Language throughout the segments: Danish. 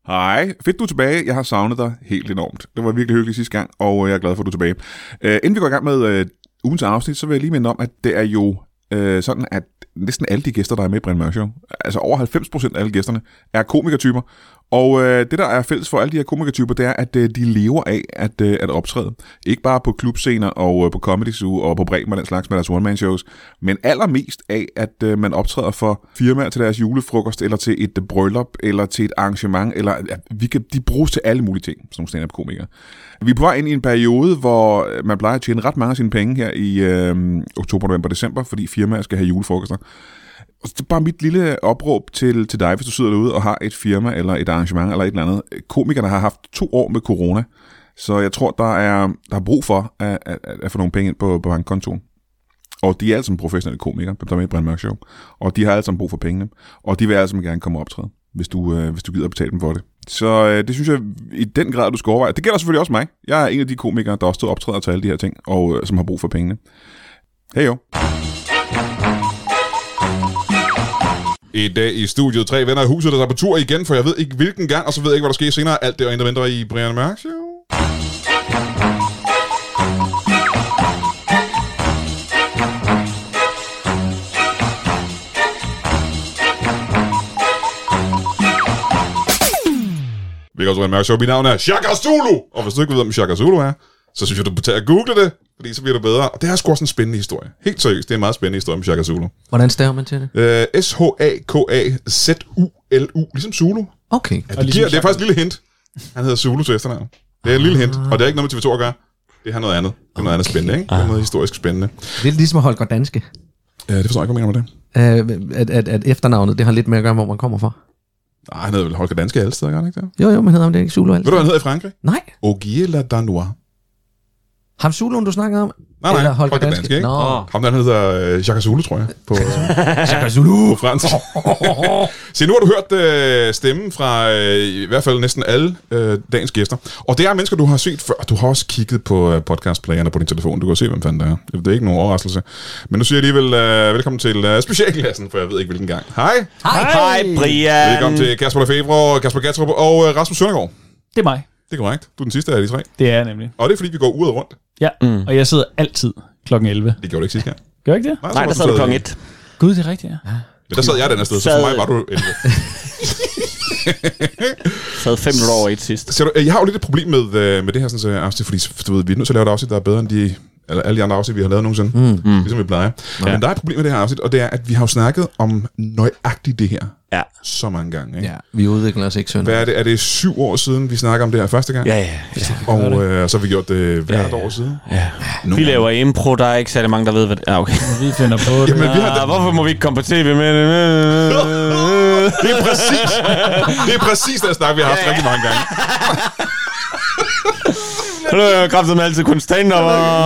Hej, fedt du er tilbage. Jeg har savnet dig helt enormt. Det var virkelig hyggeligt sidste gang, og jeg er glad for, at du er tilbage. Inden vi går i gang med ugens afsnit, så vil jeg lige minde om, at det er jo sådan, at næsten alle de gæster, der er med i Brian Mørk Show, altså over 90% af alle gæsterne, er komikertyper. Og det, der er fælles for alle de her komikertyper, det er, at de lever af at optræde. Ikke bare på klubscener og på Comedy Zoo og på Bremen og den slags med deres one-man-shows, men allermest af, at man optræder for firmaer til deres julefrokost, eller til et bryllup, eller til et arrangement, eller de bruges til alle mulige ting, som stand-up-komikere. Vi er på vej ind i en periode, hvor man plejer at tjene ret mange af sine penge her i oktober, november, december, fordi firmaer skal have julefrokoster. Og det er bare mit lille opråb til dig, hvis du sidder derude og har et firma eller et arrangement eller et eller andet. Komikerne har haft 2 år med corona, så jeg tror, der er brug for at få nogle penge ind på bankkontoen. Og de er alle sammen professionelle komikere, der er med i Brian Mørk Show. Og de har alle sammen brug for pengene. Og de vil alle sammen gerne komme og optræde, hvis du gider betale dem for det. Så det synes jeg i den grad, du skal overveje. Det gælder selvfølgelig også mig. Jeg er en af de komikere, der også står optræder til alle de her ting, og som har brug for pengene. Hej jo. I dag i studiet 3 venner i huset, der er på tur igen, for jeg ved ikke hvilken gang, og så ved jeg ikke, hvad der sker senere. Alt det og intet mindre i Brian Mørk Show. Vi kan også Brian Mørk Show. Mit navn er Shaka Zulu. Og hvis du ikke ved, hvem Shaka Zulu er, så synes jeg, du bør tage at google det, fordi så bliver det bedre. Og det er sgu også en spændende historie. Helt seriøst, det er en meget spændende historie om Shaka Zulu. Hvordan staver man til det? S-H-A-K-A-Z-U-L-U, ligesom Zulu. Okay. Ja, det er faktisk et lille hint. Han hedder Zulu til efternavn. Det er en lille hint, og det er ikke noget med TV2 at gøre. Det har noget andet. Det er noget andet spændende, ikke? Det er noget historisk spændende. Det er ligesom Holger Danske. Ja, det forstår jeg ikke, hvad mener med det. At efternavnet, det har lidt med at gøre, hvor man kommer fra. Nej, han hedder vel Holger Danske alle steder, gør han ikke det? Jo, men hedder han det ikke Zulu alle steder? Ved du, hvad han hedder i Frankrig? Nej. Ogier Danois. Ham Zulu'en, du snakker om? Nej, eller Holger Danske, ikke? Ham der hedder Shaka Zulu, tror jeg. På Shaka Zulu. På fransk. Se, nu har du hørt stemmen fra i hvert fald næsten alle dagens gæster. Og det er mennesker, du har set før. Du har også kigget på podcastplayerne på din telefon. Du kan se, hvem fanden det er. Det er ikke nogen overraskelse. Men nu siger jeg alligevel velkommen til specialklassen, for jeg ved ikke hvilken gang. Hej. Hej, Brian. Velkommen til Kasper Lefebvre, Kasper Gatrup og Rasmus Søndergaard. Det er mig. Det er korrekt. Du er den sidste af de 3. Det er jeg nemlig. Og det er fordi, vi går uret rundt. Ja, og jeg sidder altid klokken 11. Det gjorde du ikke sidste gang. Gør ikke det? Nej, der sad du klokken 1. Gud, det er rigtigt, ja. Men der sad jeg den her sted, så for mig var du 11. Sad 5 minutter over 1 sidst. Så jeg har jo lidt et problem med det her sådan, afsnit, fordi du ved, vi er nødt til at lave et afsnit, der er bedre end alle de andre afsnit, vi har lavet nogensinde. Ligesom vi plejer. Ja. Men der er et problem med det her afsnit, og det er, at vi har jo snakket om nøjagtigt det her. Ja. Så mange gange, ikke? Ja, vi udvikler os ikke sådan. Hvad er det? Er det 7 år siden, vi snakker om det her første gang? Ja. Og så har vi gjort det hvert år siden. Ja. Vi laver impro, der er ikke særlig mange, der ved, hvad det er. Okay. Vi finder på det. Jamen, hvorfor må vi ikke komme på tv med det? Det er præcis den snak, vi har haft rigtig mange gange. Nu har jeg kraftet med altid kun stand-up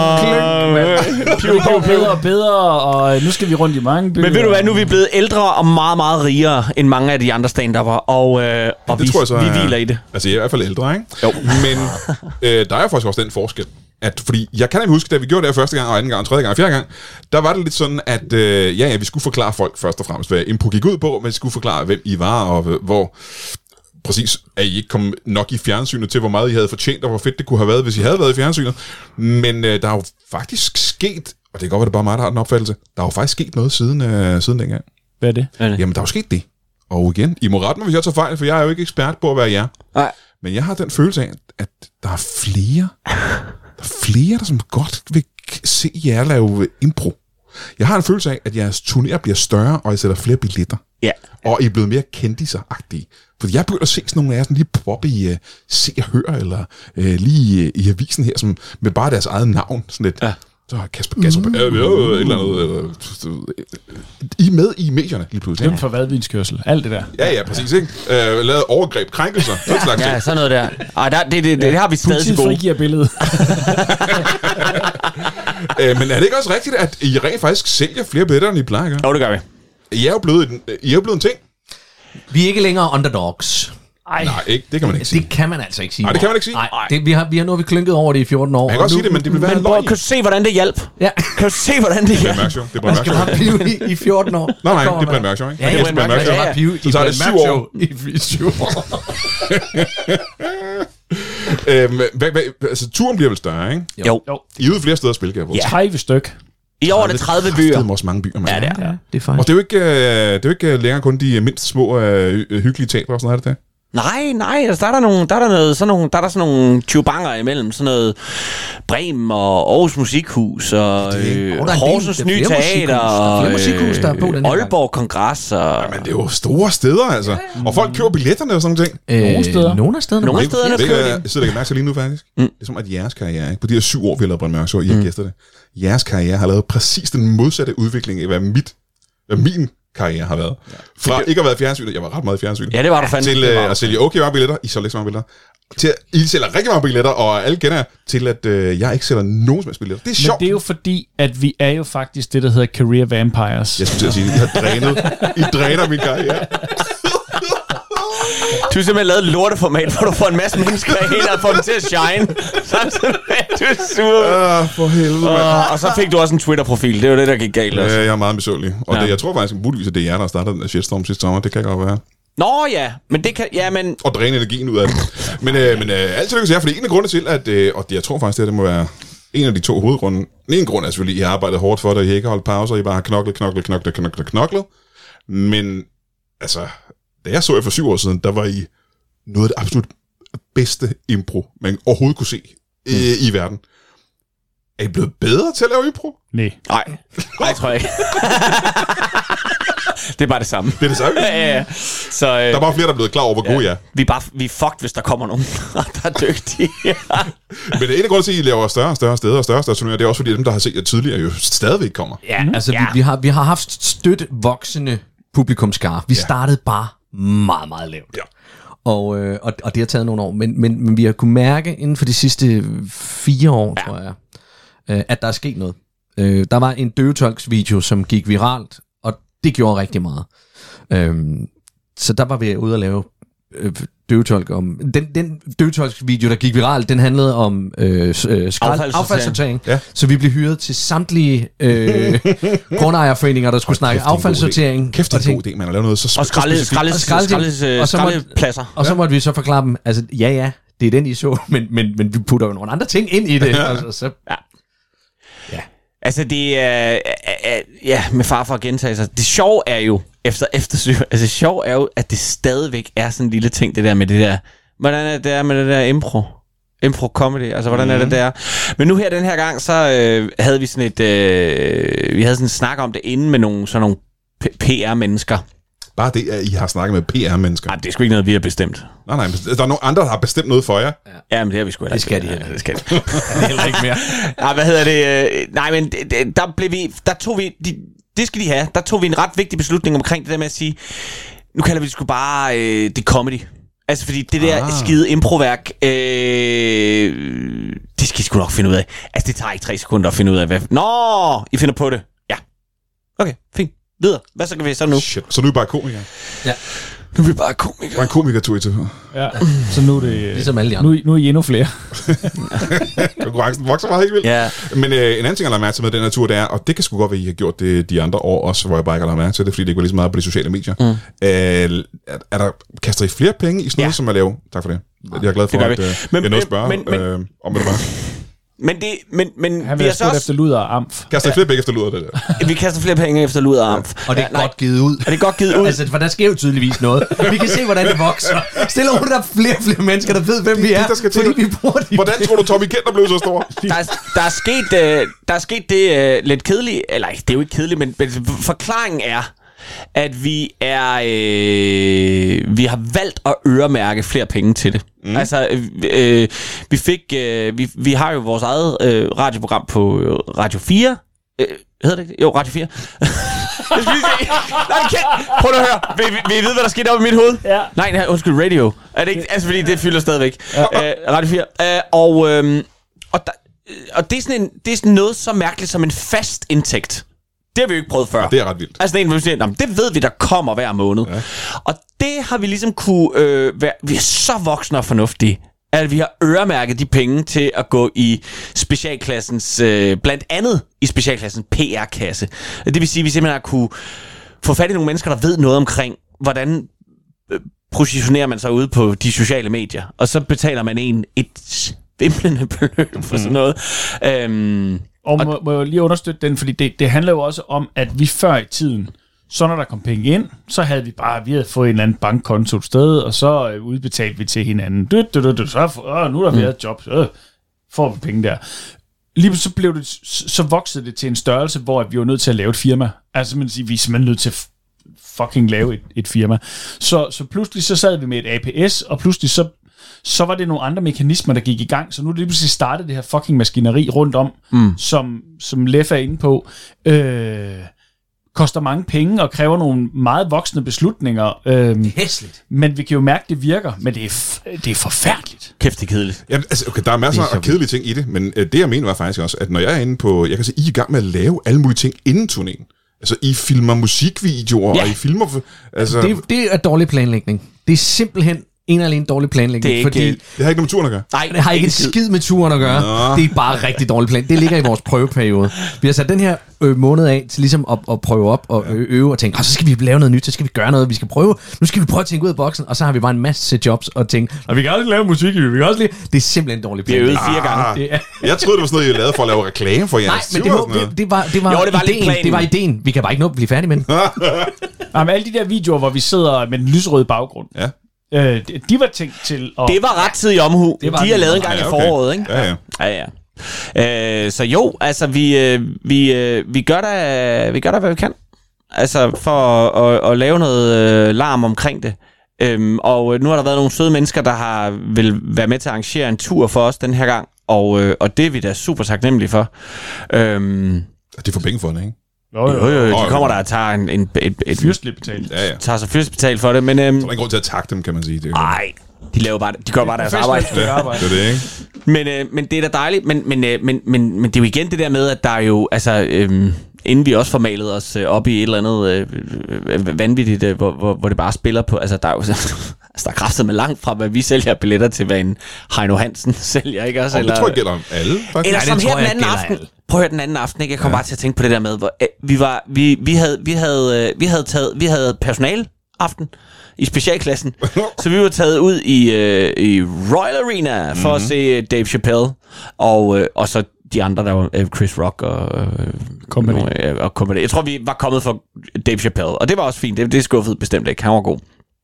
og bedre, og nu skal vi rundt i mange byer. Men ved du hvad, nu er vi blevet ældre og meget, meget rigere end mange af de andre stand-upper, og vi hviler i det. Altså, jeg er i hvert fald ældre, ikke? Jo. Men der er faktisk også den forskel. Fordi jeg kan ikke huske, da vi gjorde det her første gang, og anden gang, og tredje gang, og fjerde gang, der var det lidt sådan, at vi skulle forklare folk først og fremmest, hvad impro gik ud på, men vi skulle forklare, hvem I var, og hvor præcis, at I ikke kom nok i fjernsynet til, hvor meget I havde fortjent, og hvor fedt det kunne have været, hvis I havde været i fjernsynet. Men der er jo faktisk sket, og det kan godt være, det bare mig, der har den opfattelse, der er jo faktisk sket noget siden dengang. Hvad er det? Jamen, der er jo sket det. Og igen, I må rette mig, hvis jeg tager fejl, for jeg er jo ikke ekspert på at være jer. Nej. Men jeg har den følelse af, at der er flere, der som godt vil se jer lave impro. Jeg har en følelse af, at jeres turnéer bliver større, og I sætter flere billetter. Ja. Og I er blevet mere kendiser-agtige. For jeg begynder at se sådan nogle af jer sådan lige poppe i Se og Hør, eller lige i avisen her, som med bare deres eget navn. Sådan lidt. Ja. Så har Kasper Gatrup, et eller andet. I er med i medierne lige pludselig. Hvem for vadvinskørsel? Alt det der. Ja, præcis, ikke? Lavet overgreb, krænkelser. Ja, sådan noget der. Det har vi stadig til gode. Politiet frigiver billedet. Men er det ikke også rigtigt, at I rent faktisk sælger flere billetter, end I plejer at gøre? Jo, det gør vi. I er jo blevet en ting. Vi er ikke længere underdogs. Nej, ikke. Det kan man ikke sige. Det kan man altså ikke sige. Nej, det kan man ikke sige. Nej, vi har klynket over det i 14 år. Jeg kan godt sige det, men det vil være Men løgn. kan du se, hvordan det hjalp? Ja. Kan du se, hvordan det hjalp? Det er Brian Man skal bare blive i 14 år. Nej, det er Brian Mørk Show, ikke? Ja, Det er Brian Mørk Show. Så tager det 7 år. I 7 år. Altså, turen bliver vel større, ikke? Jo. I er ude flere steder at spille, kan jeg på. 30 styk. I år er det 30 byer. Det er også mange byer, man. Ja, det er. Ja. Det er fint. Og det er jo ikke længere kun de mindst små hyggelige teatre og sådan noget, er det det? Nej, altså der er sådan nogle tubanger imellem, sådan noget Bremen og Aarhus Musikhus og Horsens Nye Teater og musikhus, der er på den her Aalborg Kongres og... Men det er jo store steder, altså. Og folk køber billetterne og sådan ting. Nogle steder. Nogle af stederne. Nogle af stederne Det køber de. jeg sidder ikke mærke til lige nu, faktisk. Det er som, at jeres karriere, ikke? På de her 7 år, vi har lavet Brian Mørk Show, I har gæstet det. Jeres karriere har lavet præcis den modsatte udvikling af, hvad min karriere har været. Fra ikke at have været i fjernsynet, jeg var ret meget i fjernsynet, Ja, det var du fandme. til at sælge okay mange billetter, I sælger ikke så mange billetter, til at I sælger rigtig mange billetter, og alle kender til at jeg ikke sælger nogen som helst billetter. Det er Men sjovt. det er jo fordi, at vi er jo faktisk det, der hedder career vampires. Jeg skulle til at sige, I dræner min karriere. Du har simpelthen lavet et lorteformat, hvor du får en masse mennesker ind og får dem til at shine. Samtidig med, at du er sur. For helvede, mand. Og så fik du også en Twitter-profil. Det var det, der gik galt også. Jeg er meget misundelig. Og Ja. jeg tror faktisk, muligvis, at det er jer, der startede den der shitstorm sidste sommer. Det kan godt være. Nå ja, men det kan... Ja, men... Og dræne energien ud af det. Men altid lykkes jeg, fordi en af grundene til, at... og jeg tror faktisk, at det må være en af de 2 hovedgrunde. En grund er selvfølgelig, at I har arbejdet hårdt for det, I ikke har holdt pauser, I bare har knoklet. Men altså, da jeg så jer for 7 år siden, der var I noget af det absolut bedste impro, man overhovedet kunne se i verden. Er I blevet bedre til at lave impro? Nej. Nej, tror jeg ikke. Det er bare det samme. Det er det samme. Ja. Så, Der er bare flere, der er blevet klar over, hvor gode I er. vi er fucked, hvis der kommer nogen, der er dygtige. Men det ene grund til, at I laver større steder og større turneringer, det er også fordi, dem, der har set jer tidligere, jo stadigvæk kommer. Ja, altså vi har haft stødt voksende publikumskare. Vi startede bare meget, meget lavt. Ja. Og det har taget nogle år. Men vi har kunnet mærke inden for de sidste 4 år, tror jeg, at der er sket noget. Der var en døvetolksvideo, som gik viralt, og det gjorde rigtig meget. Så der var vi ude at lave døvetolk om... Den døvetolksvideo, der gik viralt, den handlede om affaldssortering. Ja. Så vi blev hyret til samtlige grundejerforeninger, der skulle snakke affaldssortering. Kæft, det er en god idé, man har lavet noget så Og skraldepladser. Og så måtte vi så forklare dem, altså ja, det er den, I så, men vi putter jo nogle andre ting ind i det. Altså, så... Altså det er... Ja, med far for at gentage sig. Det sjove er jo, eftersyn, altså det sjove er jo, at det stadigvæk er sådan en lille ting, det der med det der... Hvordan er det der med det der impro-comedy? Altså, hvordan er det der? Men nu her, den her gang, så havde vi sådan et... vi havde sådan en snak om det inden med sådan nogle PR-mennesker. Bare det, at I har snakket med PR-mennesker. Nej, det er sgu ikke noget, vi har bestemt. Nej, der er nogle andre, der har bestemt noget for jer. Ja, men det har vi sgu heller Det skal de ikke. heller. Det skal de. heller ikke mere. Ja, hvad hedder det? Nej, men der tog vi... Det skal de have. Der tog vi en ret vigtig beslutning omkring det der med at sige, nu kalder vi det sgu bare det comedy. Altså, fordi det der skide improværk, det skal I sgu nok finde ud af. Altså, det tager ikke 3 sekunder at finde ud af, hvad... Nå, I finder på det. Ja. Okay, fint. Videre. Hvad så kan vi så nu? Shit. Så nu er I bare komikere. Ja. Nu er vi bare komikere. Bare en komiker-tur I til. Ja. Så nu er det... Ligesom alle de andre. Nu er I endnu flere. Konkurrencen vokser bare helt vildt. Ja. Men en anden ting, jeg har lagt mærke til med den her tur, det er, og det kan sgu godt være, at I har gjort det de andre år også, hvor jeg bare ikke har lagt mærke til det, fordi det ikke var lige så meget på de sociale medier. Er der, kaster I flere penge i sådan noget, som at lave? Tak for det. Jeg er glad for, at jeg nåede at spørge om det bare. Han Men vi vil har have så spurgt også... efter luder og amf. Kaster I flere penge efter luder det der? Vi kaster flere penge efter luder og amf. Og det er godt givet ud. Og det er godt givet ud. Altså, for der sker jo tydeligvis noget. Vi kan se, hvordan det vokser. Stille og roligt, der er flere og flere mennesker, der ved, hvem vi er. der skal til. Fordi vi bruger de... Hvordan tror du, Tommy Kenter blev så stor? Der er sket det lidt kedelige, eller det er jo ikke kedeligt, men forklaringen er, at vi har valgt at øremærke flere penge til det. Altså, vi har jo vores eget radioprogram på Radio 4. Hedder det ikke? Jo, Radio 4. Jeg skal lige se. Nej, prøv at høre. Vil I vide, hvad der skete op i mit hoved? Ja. Nej, undskyld, radio. Er det ikke? Altså, fordi det fylder stadigvæk. Ja. Radio 4. Og det er sådan noget så mærkeligt som en fast indtægt. Det har vi jo ikke prøvet før. Det er ret vildt. Altså, det ved vi, der kommer hver måned. Ja. Og det har vi ligesom kunne være... Vi er så voksne og fornuftige, at vi har øremærket de penge til at gå i specialklassens... blandt andet i specialklassens PR-kasse. Det vil sige, at vi simpelthen har kunne få fat i nogle mennesker, der ved noget omkring, hvordan positionerer man sig ude på de sociale medier. Og så betaler man et svimlende beløb for sådan noget. Og må jeg lige understøtte den, fordi det handler jo også om, at vi før i tiden, så når der kom penge ind, så havde vi havde fået en eller anden bankkonto et sted, og så udbetalte vi til hinanden. Så nu er der været et job, så får vi penge der. Lige så voksede det til en størrelse, hvor vi var nødt til at lave et firma. Altså man siger, vi er simpelthen nødt til at fucking lave et firma. Så pludselig så sad vi med et APS, og pludselig så var det nogle andre mekanismer, der gik i gang. Så nu er det lige pludselig startet det her fucking maskineri rundt om, som Leff er inde på, koster mange penge og kræver nogle meget voksne beslutninger. Det er hæsligt. Men vi kan jo mærke, det virker, men det er forfærdeligt. Kæft, det er kedeligt. Jamen, altså, okay, der er masser af kedelige ting i det, men det jeg mener var faktisk også, at når jeg er inde på, jeg kan se, I er i gang med at lave alle mulige ting inden turnéen. Altså, I filmer musikvideoer, og I filmer... Altså... Det er dårlig planlægning. Det er simpelthen en alene dårlig planlægning, det fordi... Det har ikke noget med turen at gøre. Nej, det har ikke en skid med turen at gøre. Nå. Det er bare rigtig dårlig plan. Det ligger i vores prøveperiode. Vi har sat den her måned af til ligesom at prøve op og øve og tænke, så skal vi lave noget nyt, så skal vi gøre noget, vi skal prøve. Nu skal vi prøve at tænke ud af boksen, og så har vi bare en masse jobs og tænke, og vi kan også lave musik, vi kan også lige... Det er simpelthen en dårlig plan. Vi har øvet 4 gange. Jeg troede, det var sådan noget, I lavede for at lave reklame for jeres. Nej, men det var ideen. Det var ideen. Vi kan bare ikke nå at blive færdige med den. Med alle de der videoer, hvor vi sidder med den lyserøde baggrund. Ja. De var tænkt til at... Det var ret tid i omhu. De har lavet en gang i foråret, ikke? Ja. Så jo, altså vi gør da hvad vi kan. Altså for at lave noget larm omkring det. Og nu har der været nogle søde mennesker, der vil være med til at arrangere en tur for os den her gang. Og det er vi da super taknemmelige for. De får penge for det, ikke? Jo, de kommer der og tager et fyrstligt betalt. Ja. Tager sig fyrstligt betalt for det, men... Så er der ingen grund til at takke dem, kan man sige. Nej, de gør bare deres arbejde. Det er det, ikke? Men det er da dejligt, men det er jo igen det der med, at der er jo, altså... inden vi også får malet os op i et eller andet vanvittigt, hvor det bare spiller på... Altså, der er jo... der er kraftet med langt fra, hvad vi sælger billetter til, hvad en Heino Hansen sælger, ikke også? Det tror jeg gælder om alle, faktisk. Eller som her den anden aften. Prøv at høre den anden aften, ikke? Jeg kom bare til at tænke på det der med, hvor vi havde personalaften i specialklassen, så vi var taget ud i Royal Arena for at se Dave Chappelle, og så de andre, der var Chris Rock og Company. Jeg tror, vi var kommet for Dave Chappelle, og det var også fint. Det skuffede bestemt ikke. Han var god.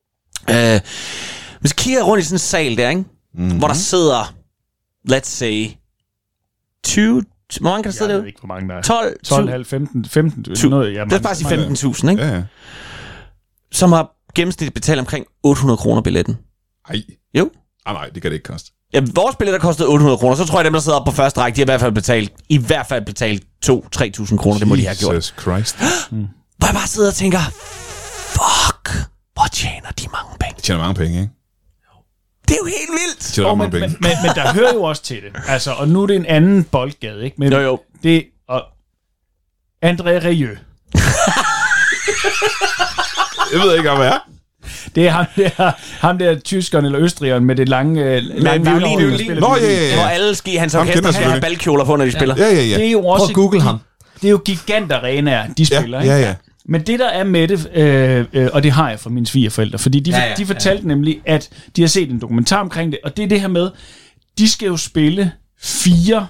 Hvis kigger rundt i sådan en sal der, ikke? Hvor der sidder, let's say, 20... Hvor mange kan der sidde derude? Jeg ved ikke, hvor mange der er. 12, 15. Noget, det er bare sige 15.000, ikke? Ja. Som har gennemsnitligt betalt omkring 800 kroner billetten. Nej. Jo. Nej, det kan det ikke koste. Ja, vores billetter kostede 800 kroner, så tror jeg, dem, der sidder oppe på første række, de har i hvert fald betalt 2-3.000 kroner. Det må de have gjort. Jesus Christ. Hvor jeg bare sidder og tænker, fuck, hvor tjener de mange penge? De tjener mange penge, ikke? Det er jo helt vildt. Men der hører jo også til det. Altså, og nu er det en anden boldgade, ikke? Men jo. Det og André Rieu. Jeg ved ikke, hvad er. Det er ham der tyskeren eller østrigeren med det lange violin. Nå, ja. Hvor alle ski hans orkester har balkjoler på, når de spiller. Ja. Det er jo også... Prøv at google ham. Det er jo gigantarenaer, de spiller, ikke? Ja. Men det, der er med det, og det har jeg fra mine svigerforældre, fordi de fortalte nemlig, at de har set en dokumentar omkring det, og det er det her med, de skal jo spille 4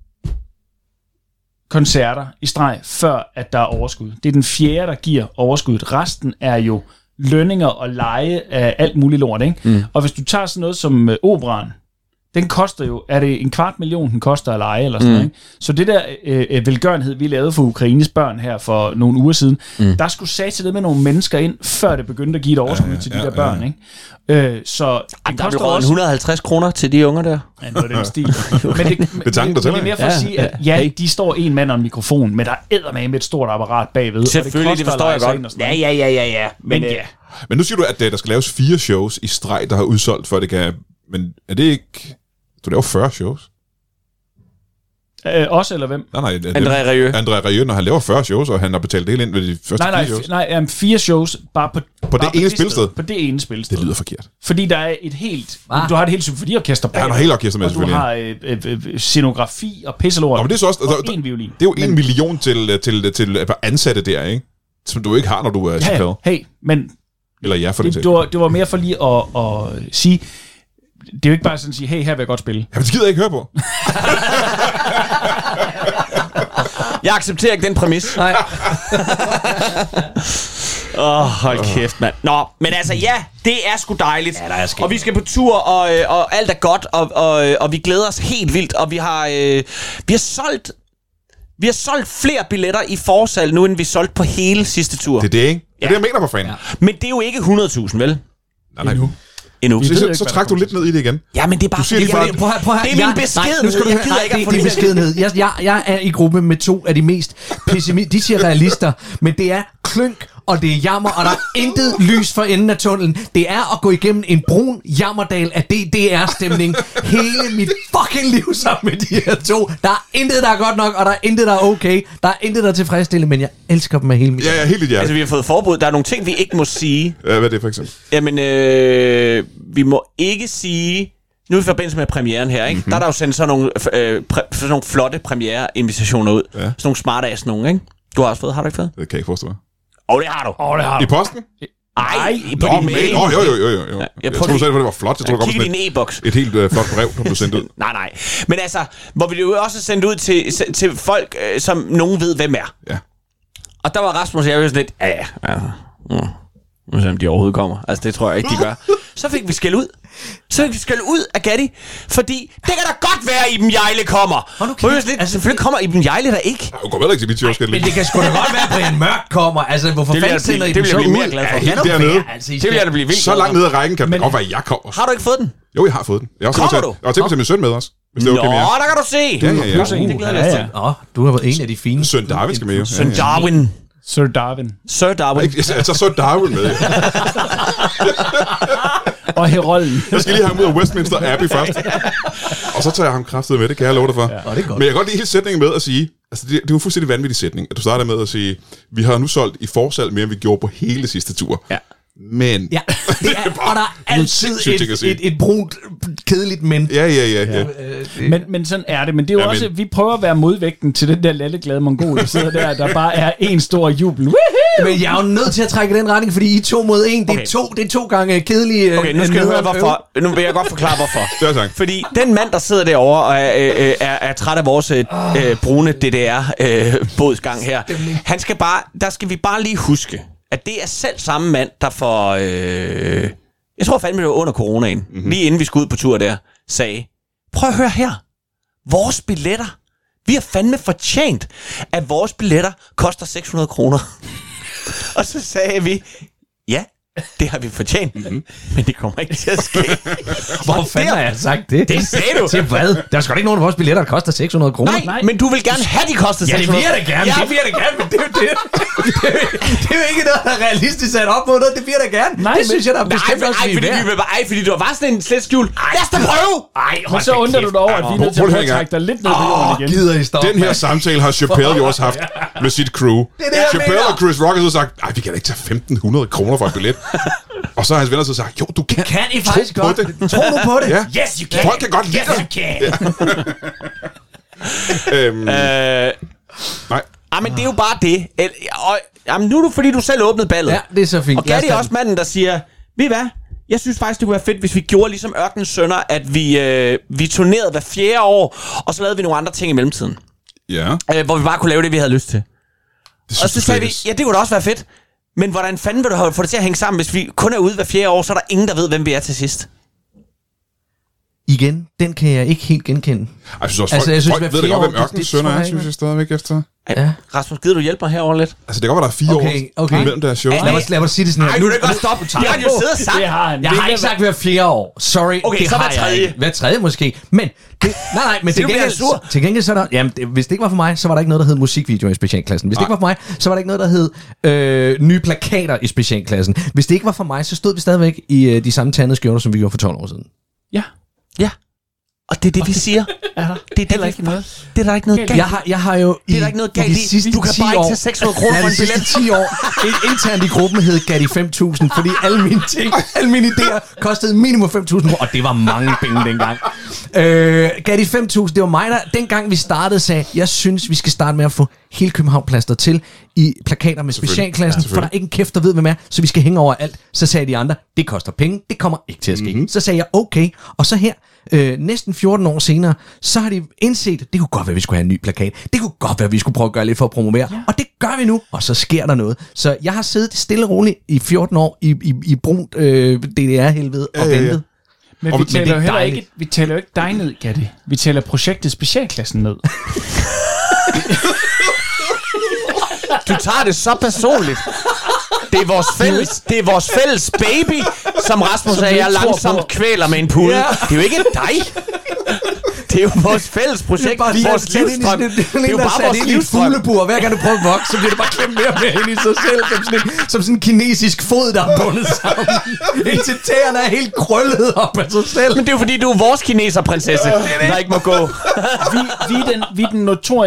koncerter i streg, før at der er overskud. Det er den 4., der giver overskuddet. Resten er jo lønninger og leje af alt muligt lort, ikke? Og hvis du tager sådan noget som operaen, den koster jo, er det 250.000, den koster at leje, eller sådan noget, ikke? Så det der velgørenhed, vi lavede for Ukraines børn her for nogle uger siden, der skulle sætte det med nogle mennesker ind, før det begyndte at give et overskud til de der børn, ikke? Så den der er også 150 kroner til de unger der. Ja, noget af den stil. Men det er mere for at sige, at de står en mand og en mikrofon, men der er eddermame et stort apparat bagved. Selvfølgelig, det forstår jeg godt. Ja. Men nu siger du, at der skal laves 4 shows i streg, der har udsolgt, for det kan... Men er det ikke... Du laver 40 shows? Os eller hvem? Nej, André Rieu. André Rieu, når han laver 40 shows, og han har betalt det hele ind ved de første 4 shows. Nej, 4 shows bare på det ene spilsted? På det ene spilsted. Det lyder forkert. Fordi der er et helt... Du har et helt symfoniorkester bag. Ja, han har helt orkester med, og selvfølgelig. du har scenografi og pisselort. Nå, men det er så også... Og en violin. Det er jo 1 million til ansatte der, ikke? Som du ikke har, når du er Chappelle. Hey, men... Eller ja, for det var mere for lige at sige... Det er jo ikke bare sådan at sige, hey, her vil jeg godt spille. Ja, det gider jeg ikke høre på. Jeg accepterer ikke den præmis. Nej. Hold kæft, mand. Nå, men altså ja, det er sgu dejligt. Ja, der er sket. Og vi skal på tur, og alt er godt, og vi glæder os helt vildt. Og vi har solgt flere billetter i forsalg nu, end vi solgte på hele sidste tur. Det er det, ikke? Det er det, jeg mener på fanden. Ja. Men det er jo ikke 100.000, vel? Nej. Endnu. Så træk du lidt ned i det igen. Ja, men det er bare... Det er min beskedenhed. Jeg gider ikke at få det er beskedenhed. Jeg er i gruppe med 2 af de mest de siger realister, men det er klynk, og det er jammer, og der er intet lys for enden af tunnelen. Det er at gå igennem en brun jammerdal af DDR-stemning hele mit fucking liv sammen med de her 2. Der er intet, der er godt nok, og der er intet, der er okay. Der er intet, der er tilfredsstillende, men jeg elsker dem af hele mit liv. Ja, helt i altså, vi har fået forbud. Der er nogle ting, vi ikke må sige. Hvad er det for eksempel? Jamen, vi må ikke sige... Nu i forbindelse med premieren her, ikke? Der er der jo sendt sådan nogle flotte premiere-invitationer ud. Ja. Sådan nogle smart-ass nogen, ikke? Du har også fået, har du ikke fået? Det kan jeg ikke forstå mig. Det har du. I posten? Nej, på din mail. Jo. Ja, jeg tror, du sagde, at det var flot. Jeg tror, kig i din e-boks. Et helt flot brev, som du sendte ud. Nej. Men altså, hvor vi jo også sendt ud til folk, som nogen ved, hvem er. Ja. Og der var Rasmus, jeg var sådan lidt, nu ser om de overhovedet kommer. Altså, det tror jeg ikke, de gør. Så fik vi skæld ud. Af Gatti, fordi det kan da godt være, at Iben Hjejle kommer. Selvfølgelig kommer Iben Hjejle der ikke. Du kommer heller ikke til mit show, men det kan sgu da godt være, at Brian Mørk kommer. Altså, hvorfor fanden sender I dem så ud? Det vil jeg blive mere glad for. Helt dernede. Det vil jeg da blive vildt. Så langt ned ad rækken kan det godt være, at jeg kommer. Har du ikke fået den? Jo, jeg har fået den. Jeg har tænkt mig at tage min søn med os. Hvis det er okay med jer. Der kan du se. Ja. Det glæder jeg til. Du har været en af de fine. Søn Darwin skal med jo. Søn Darwin. Sir Darwin. Jeg tager så Darwin med. Og Herolden. Jeg skal lige have ham ud af Westminster Abbey først. Og så tager jeg ham kraftet med, det kan jeg love dig for. Ja, det er godt. Men jeg kan godt lide hele sætningen med at sige, altså det er jo en fuldstændig vanvittig sætning, at du starter med at sige, vi har nu solgt i forsalg mere, end vi gjorde på hele sidste tur. Ja. Men... Ja, det er, og der er altid et brunt, kedeligt men. Ja. Men sådan er det. Men det er jo også, vi prøver at være modvægten til den der lalleglade mongol, der sidder der bare er en stor jubel. Men jeg er jo nødt til at trække den retning, fordi I er 2 mod 1. Det er 2 gange kedelige... Okay, nu skal jeg høre, hvorfor. Nu vil jeg godt forklare, hvorfor. Det er sagt. Fordi den mand, der sidder derovre og er træt af vores brune DDR-bådsgang her, han skal bare... Der skal vi bare lige huske, at det er selv samme mand, der for... jeg tror fandme, det var under coronaen, lige inden vi skulle ud på tur der, sagde, prøv at høre her. Vores billetter. Vi har fandme fortjent, at vores billetter koster 600 kroner. Og så sagde vi, ja, det har vi fortjent, men det kommer ikke til at ske. Hvor fanden har jeg sagt det? Det sagde du. Til hvad? Der er sgu da ikke nogen af vores billetter, der koster 600 kroner. Nej, men du vil gerne have, de koster 600. Ja, det vil jeg da gerne. Ja. Det vil jeg da gerne, men det er jo det. Det er jo ikke noget, der er realistisk sat op mod noget. Det vil jeg da gerne. Nej, det synes jeg, der er bestemt også, fordi du var bare sådan en slet skjul. Lad os da prøve! Men så undrer du dig over, at vi er nødt til at trække dig lidt ned på jorden igen. Gider I stoppe? Den her samtale har Chappelle jo også haft med sit crew. Chappelle og Chris Rock har så sagt, nej, vi kan da ikke tage 1.500 kroner for et billet. Og så har hans venner så sagt, jo, du kan. Kan I faktisk godt? Tro nu på det. Ja. Yes, you can. Folk kan godt lide dig. Yes, you can. Nej. Men det er jo bare det. Jamen, nu er det, fordi du selv åbnede ballet. Ja, det er så fint. Og Gatti er også manden, der siger, ved I hvad? Jeg synes faktisk, det kunne være fedt, hvis vi gjorde ligesom Ørkenens Sønner, at vi turnerede hver 4. år, og så lavede vi nogle andre ting i mellemtiden. Ja. Hvor vi bare kunne lave det, vi havde lyst til. Og så sagde vi, ja, det kunne da også være fedt. Men hvordan fanden vil du få det til at hænge sammen, hvis vi kun er ude hver 4. år, så er der ingen, der ved, hvem vi er til sidst? Igen, den kan jeg ikke helt genkende. Jeg synes også, folk ved det godt, hvem Ørkenens Sønner er, synes jeg stadigvæk efter. Ja. Rasmus, gider du hjælpe mig herovre lidt? Altså, det kan godt være, der er 4 år imellem deres show. Lad mig sige det sådan her. Nej, du kan godt stoppe. Det har han jo siddet og sagt. Det har han. Jeg har ikke sagt hver 4 år. Sorry, okay, det så har jeg ikke. Hver 3. måske. Men, men til gengæld så er der... Jamen, hvis det ikke var for mig, så var der ikke noget, der hed musikvideoer i specialklassen. Hvis det ikke var for mig, så var der ikke noget, der hed nye plakater i specialklassen. Hvis det ikke var for mig, så stod vi stadigvæk i de samme tandede skjorter, som vi gjorde for 12 år siden. Ja. Ja. Og det er det, vi siger. Det er heller ikke noget. Det er der ikke noget galt. Jeg har jo det er der ikke noget galt i. Du kan bare ikke tage 600 kroner for en billet. 10 år. Internt i gruppen hed Gatti 5.000, fordi alle mine idéer kostede minimum 5.000, og det var mange penge dengang. Gatti 5.000, det var mig, der dengang vi startede sagde, jeg synes, vi skal starte med at få hele København plastret til i plakater med specialklassen, for der er ikke en kæft, der ved, hvem er, så vi skal hænge over alt. Så sagde de andre, det koster penge, det kommer ikke til at ske. Så sagde jeg, okay, og så her, næsten 14 år senere, så har de indset, det kunne godt være, vi skulle have en ny plakat. Det kunne godt være, vi skulle prøve at gøre lidt for at promovere. Ja. Og det gør vi nu, og så sker der noget. Så jeg har siddet stille og roligt i 14 år i brunt DDR-helvede og ventet. Men vi taler jo heller ikke, dig ned, Gatti. Vi taler projektet specialklassen ned. Du tager det så personligt. Det er vores fælles baby, som Rasmus sagde, jeg langsomt kvæler med en pude. Ja. Det er jo ikke dig. Det er jo vores fælles projekt, vores livsstrøm. Det er jo bare vores livsstrøm. Fuglebur, hver gang du prøver at vokse, så bliver det bare klemt mere og mere ind i sig selv, som sådan en kinesisk fod, der er bundet sammen. Indtil tæerne er helt krøllet op af sig selv. Men det er jo fordi, du er vores kineserprinsesse, der ikke må gå. Vi er den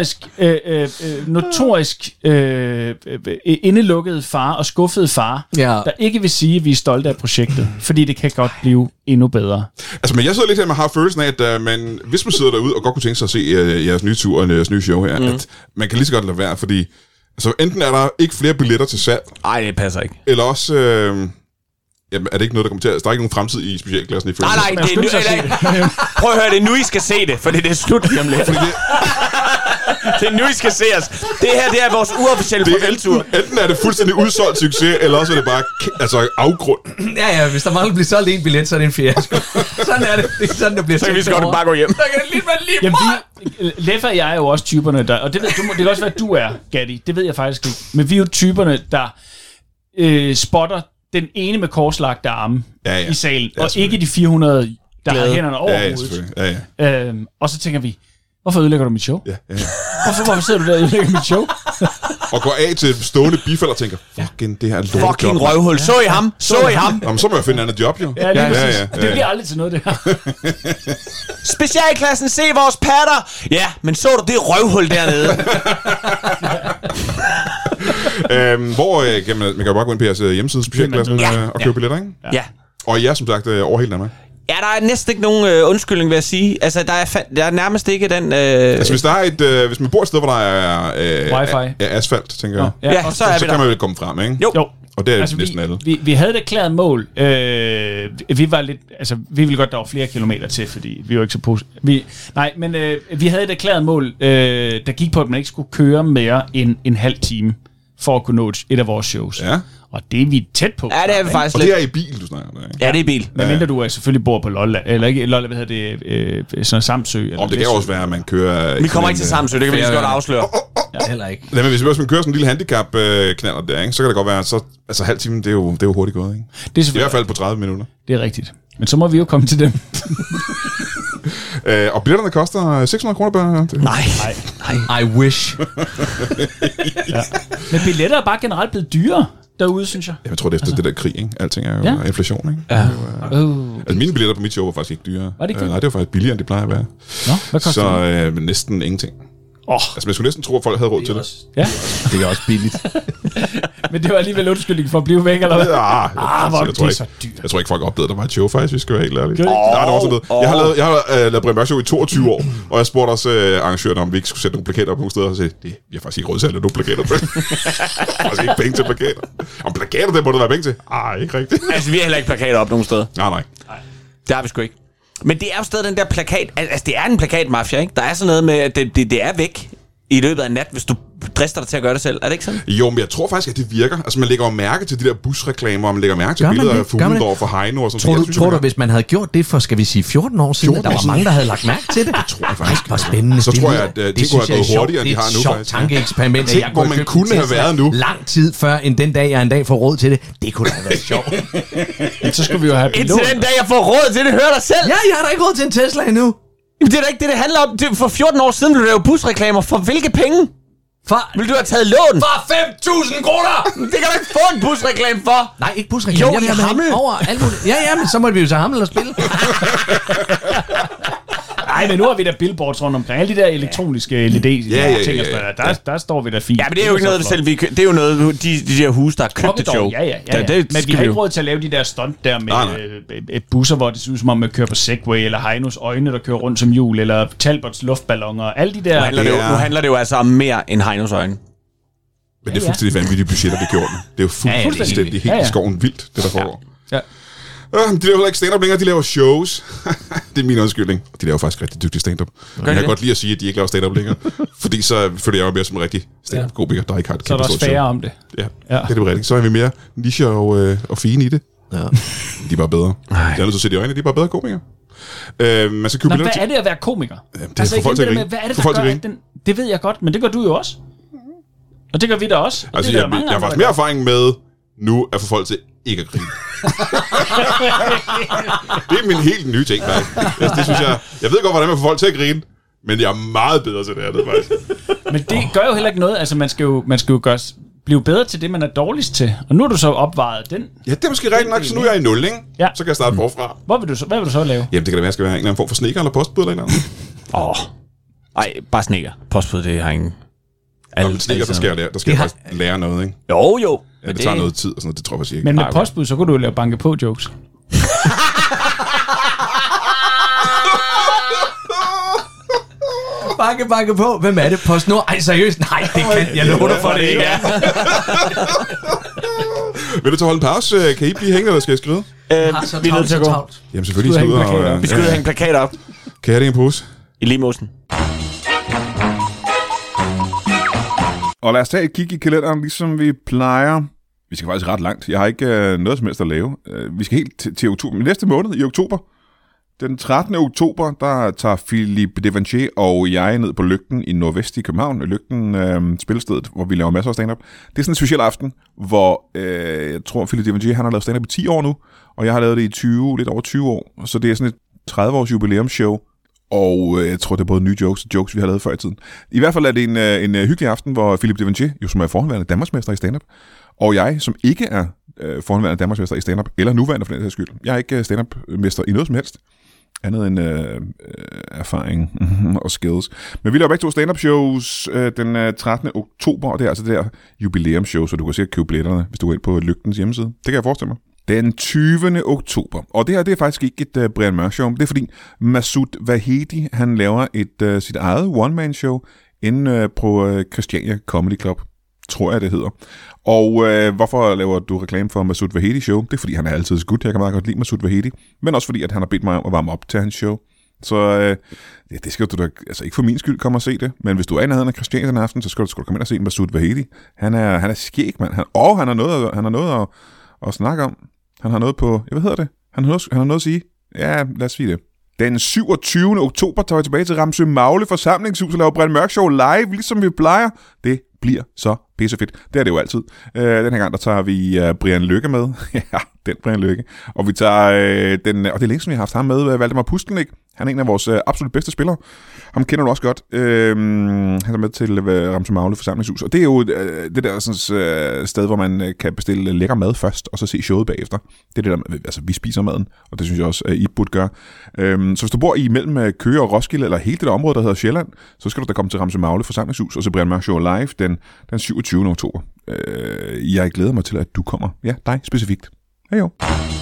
notorisk indelukkede far og skuffede far, der ikke vil sige, at vi er stolte af projektet, fordi det kan godt blive endnu bedre. Altså, men jeg sidder lidt her med har følelsen af, at hvis man sidder derude og godt kunne tænke sig at se jeres nye tur og jeres nye show her, at man kan lige så godt lade være, fordi altså, enten er der ikke flere billetter til salg. Nej, det passer ikke. Eller også jamen, er det ikke noget, der kommer til at... Der er ikke nogen fremtid i specialklassen i følelsen. Nej, det er nu, prøv at høre, det er nu, I skal se det, for det er slut lige om lidt. Det er nu, I skal se os. Det her, det er vores uofficielle farveltur. Enten er det fuldstændig udsolgt succes, eller også er det bare afgrund. Ja, hvis der mangler bliver solgt en billet, så er det en fiasko. Sådan er det. Det er sådan, der bliver så kan vi skal godt bare gå hjem. Leffe og jeg er jo også typerne, der... Og det kan også være, at du er, Gatti. Det ved jeg faktisk ikke. Men vi er jo typerne, der spotter den ene med korslagte arme i salen, og ikke de 400, der har hænderne over hovedet. Og så tænker vi, hvorfor ødelægger du mit show? Hvorfor sidder du der og ødelægger mit show? Og går af til stående bifald og tænker, fucking det her lortejob. Fucking røvhul. Så I ham? Jamen, så må jeg finde et andet job, jo. Ja. Det bliver aldrig til noget, det her. Specialklassen, se vores patter. Ja, men så du det røvhul dernede? Man kan jo bare gå ind på jeres hjemmeside, Specialklassen, og købe billetter, ikke? Ja. Og I er som sagt over hele Danmark. Ja, der er næsten ikke nogen undskyldning, vil jeg sige. Altså, der er nærmest ikke den... Altså, hvis man bor et sted, hvor der er Wifi. Asfalt, tænker jeg. Ja, så kan man vel komme frem, ikke? Jo. Og det er altså, næsten alle. Vi havde et erklæret mål. Vi var lidt... Altså, vi ville godt, der var flere kilometer til, fordi vi var ikke så positive. Vi havde et erklæret mål, der gik på, at man ikke skulle køre mere end en halv time for at kunne nå et af vores shows. Ja. Og det er vi tæt på. Ja, det er vi faktisk lidt. Og det er i bil, du snakker om. Ja, det er i bil. Men mindre du selvfølgelig bor på Lolland, eller ikke Lolland, hvad hedder det, sådan Samsø. Eller det kan også være, at man kører... Vi kommer ikke til Samsø, det kan vi lige så godt afsløre. Ja, heller ikke. Men hvis man kører sådan en lille handicap-knaller der, ikke, så kan det godt være, så halv time, det er jo hurtigt gået. Ikke? Det er i hvert fald på 30 minutter. Det er rigtigt. Men så må vi jo komme til dem. Og billetterne koster 600 kroner per... Nej. I wish. Ja. Men billetter er bare generelt blevet dyrere derude, synes jeg. Jeg tror, det er efter det der krig, ikke? Alting er jo inflation, ikke? Ja. Altså, mine billetter på mit show var faktisk ikke dyre. Var det ikke det? Nej, det var faktisk billigere, end det plejer at være. Nå, hvad koster det? Så næsten ingenting. Altså, man skulle næsten tro, at folk havde råd til det. Ja. Det er også billigt. Men det var alligevel undskyldning for at blive væk, eller hvad? Jeg tror ikke, folk opdagede, at der var et show, faktisk, vi skal være helt ærlige. Nej, det var sådan noget. Jeg har lavet Brian Mørk Show i 22 år, og jeg spurgte også arrangørerne, om vi ikke skulle sætte nogle plakater op nogle steder, og sagde, vi har faktisk ikke råd til at lade nogle plakater på. Jeg har faktisk ikke penge til plakater. Om plakater, det må der være penge til. Ikke rigtigt. Altså, vi har heller ikke plakater op nogen steder. Nej. Det har vi sgu ikke. Men det er jo stadig den der plakat. Altså, det er en plakatmafia, ikke? Der er sådan noget med, at det er væk i løbet af nat, hvis du drister dig til at gøre det selv. Er det ikke sådan? Jo, men jeg tror faktisk, at det virker. Altså, man lægger jo mærke til de der busreklamer, og man lægger mærke til billeder af Fuglendorf og Heino og sådan noget. Tror du, hvis man havde gjort det for, skal vi sige, 14 år siden, der var mange, der havde lagt mærke til det? Det tror jeg faktisk. Hvor spændende. Så tror jeg, at det kunne have gået hurtigere, end de har nu. Det er et sjovt tankeeksperiment. Tænk, hvor man kunne have været nu. Lang tid før, end den dag, jeg en dag får råd til det. Det kunne da have været sjovt. Så skulle vi jo have indtil den dag, jeg får råd til det, hører dig selv. Ja, jeg har da ikke råd til en Tesla endnu. Det er da ikke det handler om. For 14 år siden blev der jo busreklamer. For hvilke penge? Vil du have taget lån? For 5.000 kroner! Det kan du ikke få en busreklame for. Nej, ikke busreklame. Jo, i Hammel. Ja, men så må vi jo tage Hammel og spille. Nej, Nej, men nu har vi der billboards rundt omkring. Alle de der elektroniske LED-ting, der står vi der fint. Ja, men det er jo ikke noget, selv det er jo noget, de der huse, der er købt et show. Ja. Men vi har ikke råd til at lave de der stunt der med busser, hvor det ser ud som om, man kører på Segway, eller Heinos øjne, der kører rundt som hjul, eller Talbots luftballoner, alle de der... Nu handler det jo altså om mere end Heinos øjne. Men det er fuldstændig vanvittige budgetter, vi gjorde den. Det er jo fuldstændig helt i skoven vildt, det der foregår. Ja. De laver heller ikke stand-up længere, de laver shows. Det er min undskyldning. De laver faktisk rigtig dygtig stand-up. Men jeg kan godt lide at sige, at de ikke laver stand-up længere. Fordi så føler jeg jo mere som en rigtig stand-up-komiker, der ikke har et kæmpe stort show. Så er der også om det. Ja, det er rigtigt. Så er vi mere niche og fine i det. Ja. De er bare bedre. Jeg er nødt til at se de øjne, de er bare bedre komikere. Man skal købe hvad er det at være komiker? Det er for folk til at grine. Hvad er det, der gør, at den... Det ved jeg godt, men det gør du jo også. Og det gør vi da også. Altså, jeg har faktisk mere erfaring med nu at få folk til ikke at grine. Det er min helt nye ting, faktisk. Det synes jeg ved godt, hvordan man får folk til at grine, men jeg er meget bedre til det andet, faktisk. Men det gør jo heller ikke noget. Altså, man skal jo blive bedre til det, man er dårligst til. Og nu er du så opvejet den. Ja, det er måske rigtigt nok, så nu er jeg i 0, ikke? Ja. Så kan jeg starte forfra. Hvad vil du så lave? Jamen, det kan da være, at jeg skal være en eller anden form for sneaker eller postbud eller noget. Nej, bare sneaker. Postbud, det har ingen... Sneaker, der skal jeg faktisk lære noget, ikke? Jo. Ja, det tager noget tid og sådan noget, det tror jeg ikke. Men med postbud, så kunne du lave banke på jokes. Banke på. Hvem er det? PostNord? Ej, seriøst? Nej, det kan jeg love dig for, det ikke er. Vil du tage holde en pause? Kan I blive hængende, eller skal jeg skrive? Vi er nødt til at gå. Jamen selvfølgelig skal vi skal ud og hænge plakater op. Kan jeg have det i en pose? I Limåsen. Og lad os tage et kig i kalenderen, ligesom vi plejer. Vi skal faktisk ret langt. Jeg har ikke noget som helst at lave. Vi skal helt til oktober. Næste måned i oktober. Den 13. oktober, der tager Philippe Devanchier og jeg ned på Lygten i Nordvest i København. Lygten spillestedet, hvor vi laver masser af stand-up. Det er sådan en speciel aften, hvor jeg tror, Philippe Devanchier han har lavet stand-up i 10 år nu. Og jeg har lavet det i lidt over 20 år. Så det er sådan et 30-års jubilæumsshow. Og jeg tror, det er både nye jokes og jokes, vi har lavet før i tiden. I hvert fald er det en hyggelig aften, hvor Philippe Devanchier, jo som er forhåndværende Danmarksmester i stand-up, og jeg, som ikke er forhåndværende Danmarksmester i stand-up, eller nuværende for den her skyld. Jeg er ikke stand-up-mester i noget som helst, andet end erfaring og skills. Men vi laver begge to stand-up shows den 13. oktober, og det er altså det der jubilæumsshow, så du kan sikkert købe billetterne, hvis du går ind på Lygtens hjemmeside. Det kan jeg forestille mig. Den 20. oktober. Og det her, det er faktisk ikke et Brian Mørk show. Det er fordi Masoud Vahedi, han laver sit eget one-man-show inde på Christiania Comedy Club. Tror jeg, det hedder. Og hvorfor laver du reklame for Masoud Vahedi show? Det er fordi, han er altid så godt. Jeg kan meget godt lide Masoud Vahedi. Men også fordi, at han har bedt mig om at varme op til hans show. Så det skal du da, altså ikke for min skyld komme og se det. Men hvis du er i nærheden af Christiania den aften, så skal du komme ind og se Masoud Vahedi. Han er skæg, mand. Han har noget at snakke om. Han har noget på... Hvad hedder det? Han har noget at sige. Ja, lad os sige det. Den 27. oktober tager vi tilbage til Ramsø Magle forsamlingshus og laver Brian Mørk Show live, ligesom vi plejer. Det bliver så pissefedt. Det er det jo altid. Den her gang, der tager vi Brian Lykke med. Ja, den Brian Lykke. Og vi tager den... Og det er længe, som vi har haft ham med, Valdemar Pustelnik. Han er en af vores absolut bedste spillere. Ham kender du også godt. Han er med til Ramsø Magle forsamlingshus. Og det er jo det der sådan, sted, hvor man kan bestille lækker mad først, og så se showet bagefter. Det er det der, altså vi spiser maden, og det synes jeg også, at I burde gøre. Så hvis du bor imellem Køge og Roskilde, eller hele det der område, der hedder Sjælland, så skal du da komme til Ramsø Magle forsamlingshus, og se Brian Mørk Show live den 27. oktober. Jeg glæder mig til, at du kommer. Ja, dig specifikt. Hej jo.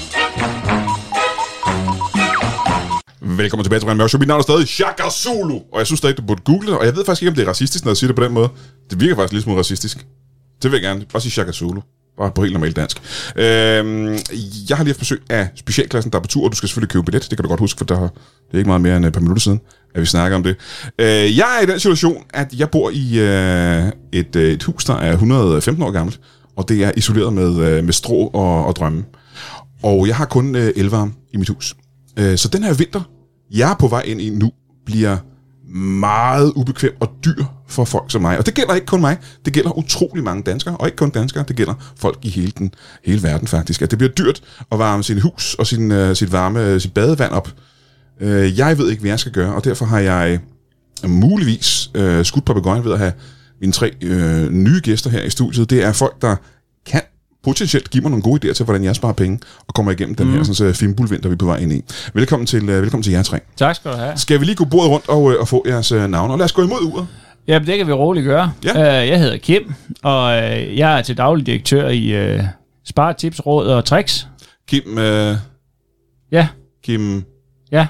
Velkommen tilbage til Brian Mørk Show. Mit navn er stadig Shaka Zulu, og jeg synes stadig, du burde google det, og jeg ved faktisk ikke, om det er racistisk, når jeg siger det på den måde. Det virker faktisk lidt smule racistisk. Det vil jeg gerne. Bare sige Shaka Zulu. Bare på helt normalt dansk. Jeg har lige haft besøg af specialklassen, der er på tur, og du skal selvfølgelig købe billet. Det kan du godt huske, for det er ikke meget mere end et par minutter siden, at vi snakker om det. Jeg er i den situation, at jeg bor i et hus, der er 115 år gammelt, og det er isoleret med strå og drømme. Og jeg har kun elvarme i mit hus. Så den her vinter, jeg er på vej ind i nu, bliver meget ubekvem og dyr for folk som mig. Og det gælder ikke kun mig, det gælder utrolig mange danskere, og ikke kun danskere, det gælder folk i hele verden faktisk. At det bliver dyrt at varme sit hus og sit badevand op. Jeg ved ikke, hvad jeg skal gøre, og derfor har jeg muligvis skudt papegøjen ved at have mine 3 nye gæster her i studiet. Det er folk, der kan potentielt give mig nogle gode idéer til, hvordan jeg sparer penge og kommer igennem den her sådan, filmbulvinter, vi er på vej ind i. Velkommen til jer tre. Tak skal du have. Skal vi lige gå bordet rundt og få jeres navne? Og lad os gå imod uret. Ja, det kan vi roligt gøre. Ja. Jeg hedder Kim, og jeg er til daglig direktør i Spare, Tips, Råd og Tricks. Kim... Ja. Kim... Ja.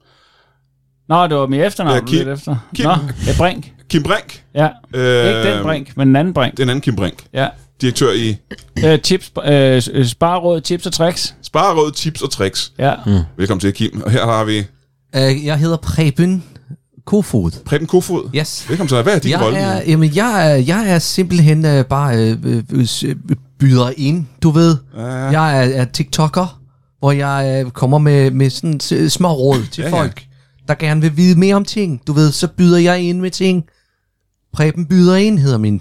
Nå, det var mit efternavn, Ja, du lidt efter. Kim. Nå, Brink. Kim Brink. Ja. Ikke den Brink, men den anden Brink. Den anden Kim Brink. Ja. Direktør i... Spareråd, Tips og Tricks. Spareråd, Tips og Tricks. Ja. Velkommen til, Kim. Og her har vi... Jeg hedder Preben Kofod. Preben Kofod. Yes. Velkommen til dig. Hvad er din rolle? Jeg er simpelthen bare byder ind, du ved. Ja. Jeg er TikToker, hvor jeg kommer med sådan små råd til folk, der gerne vil vide mere om ting. Du ved, så byder jeg ind med ting. Preben byder ind hedder min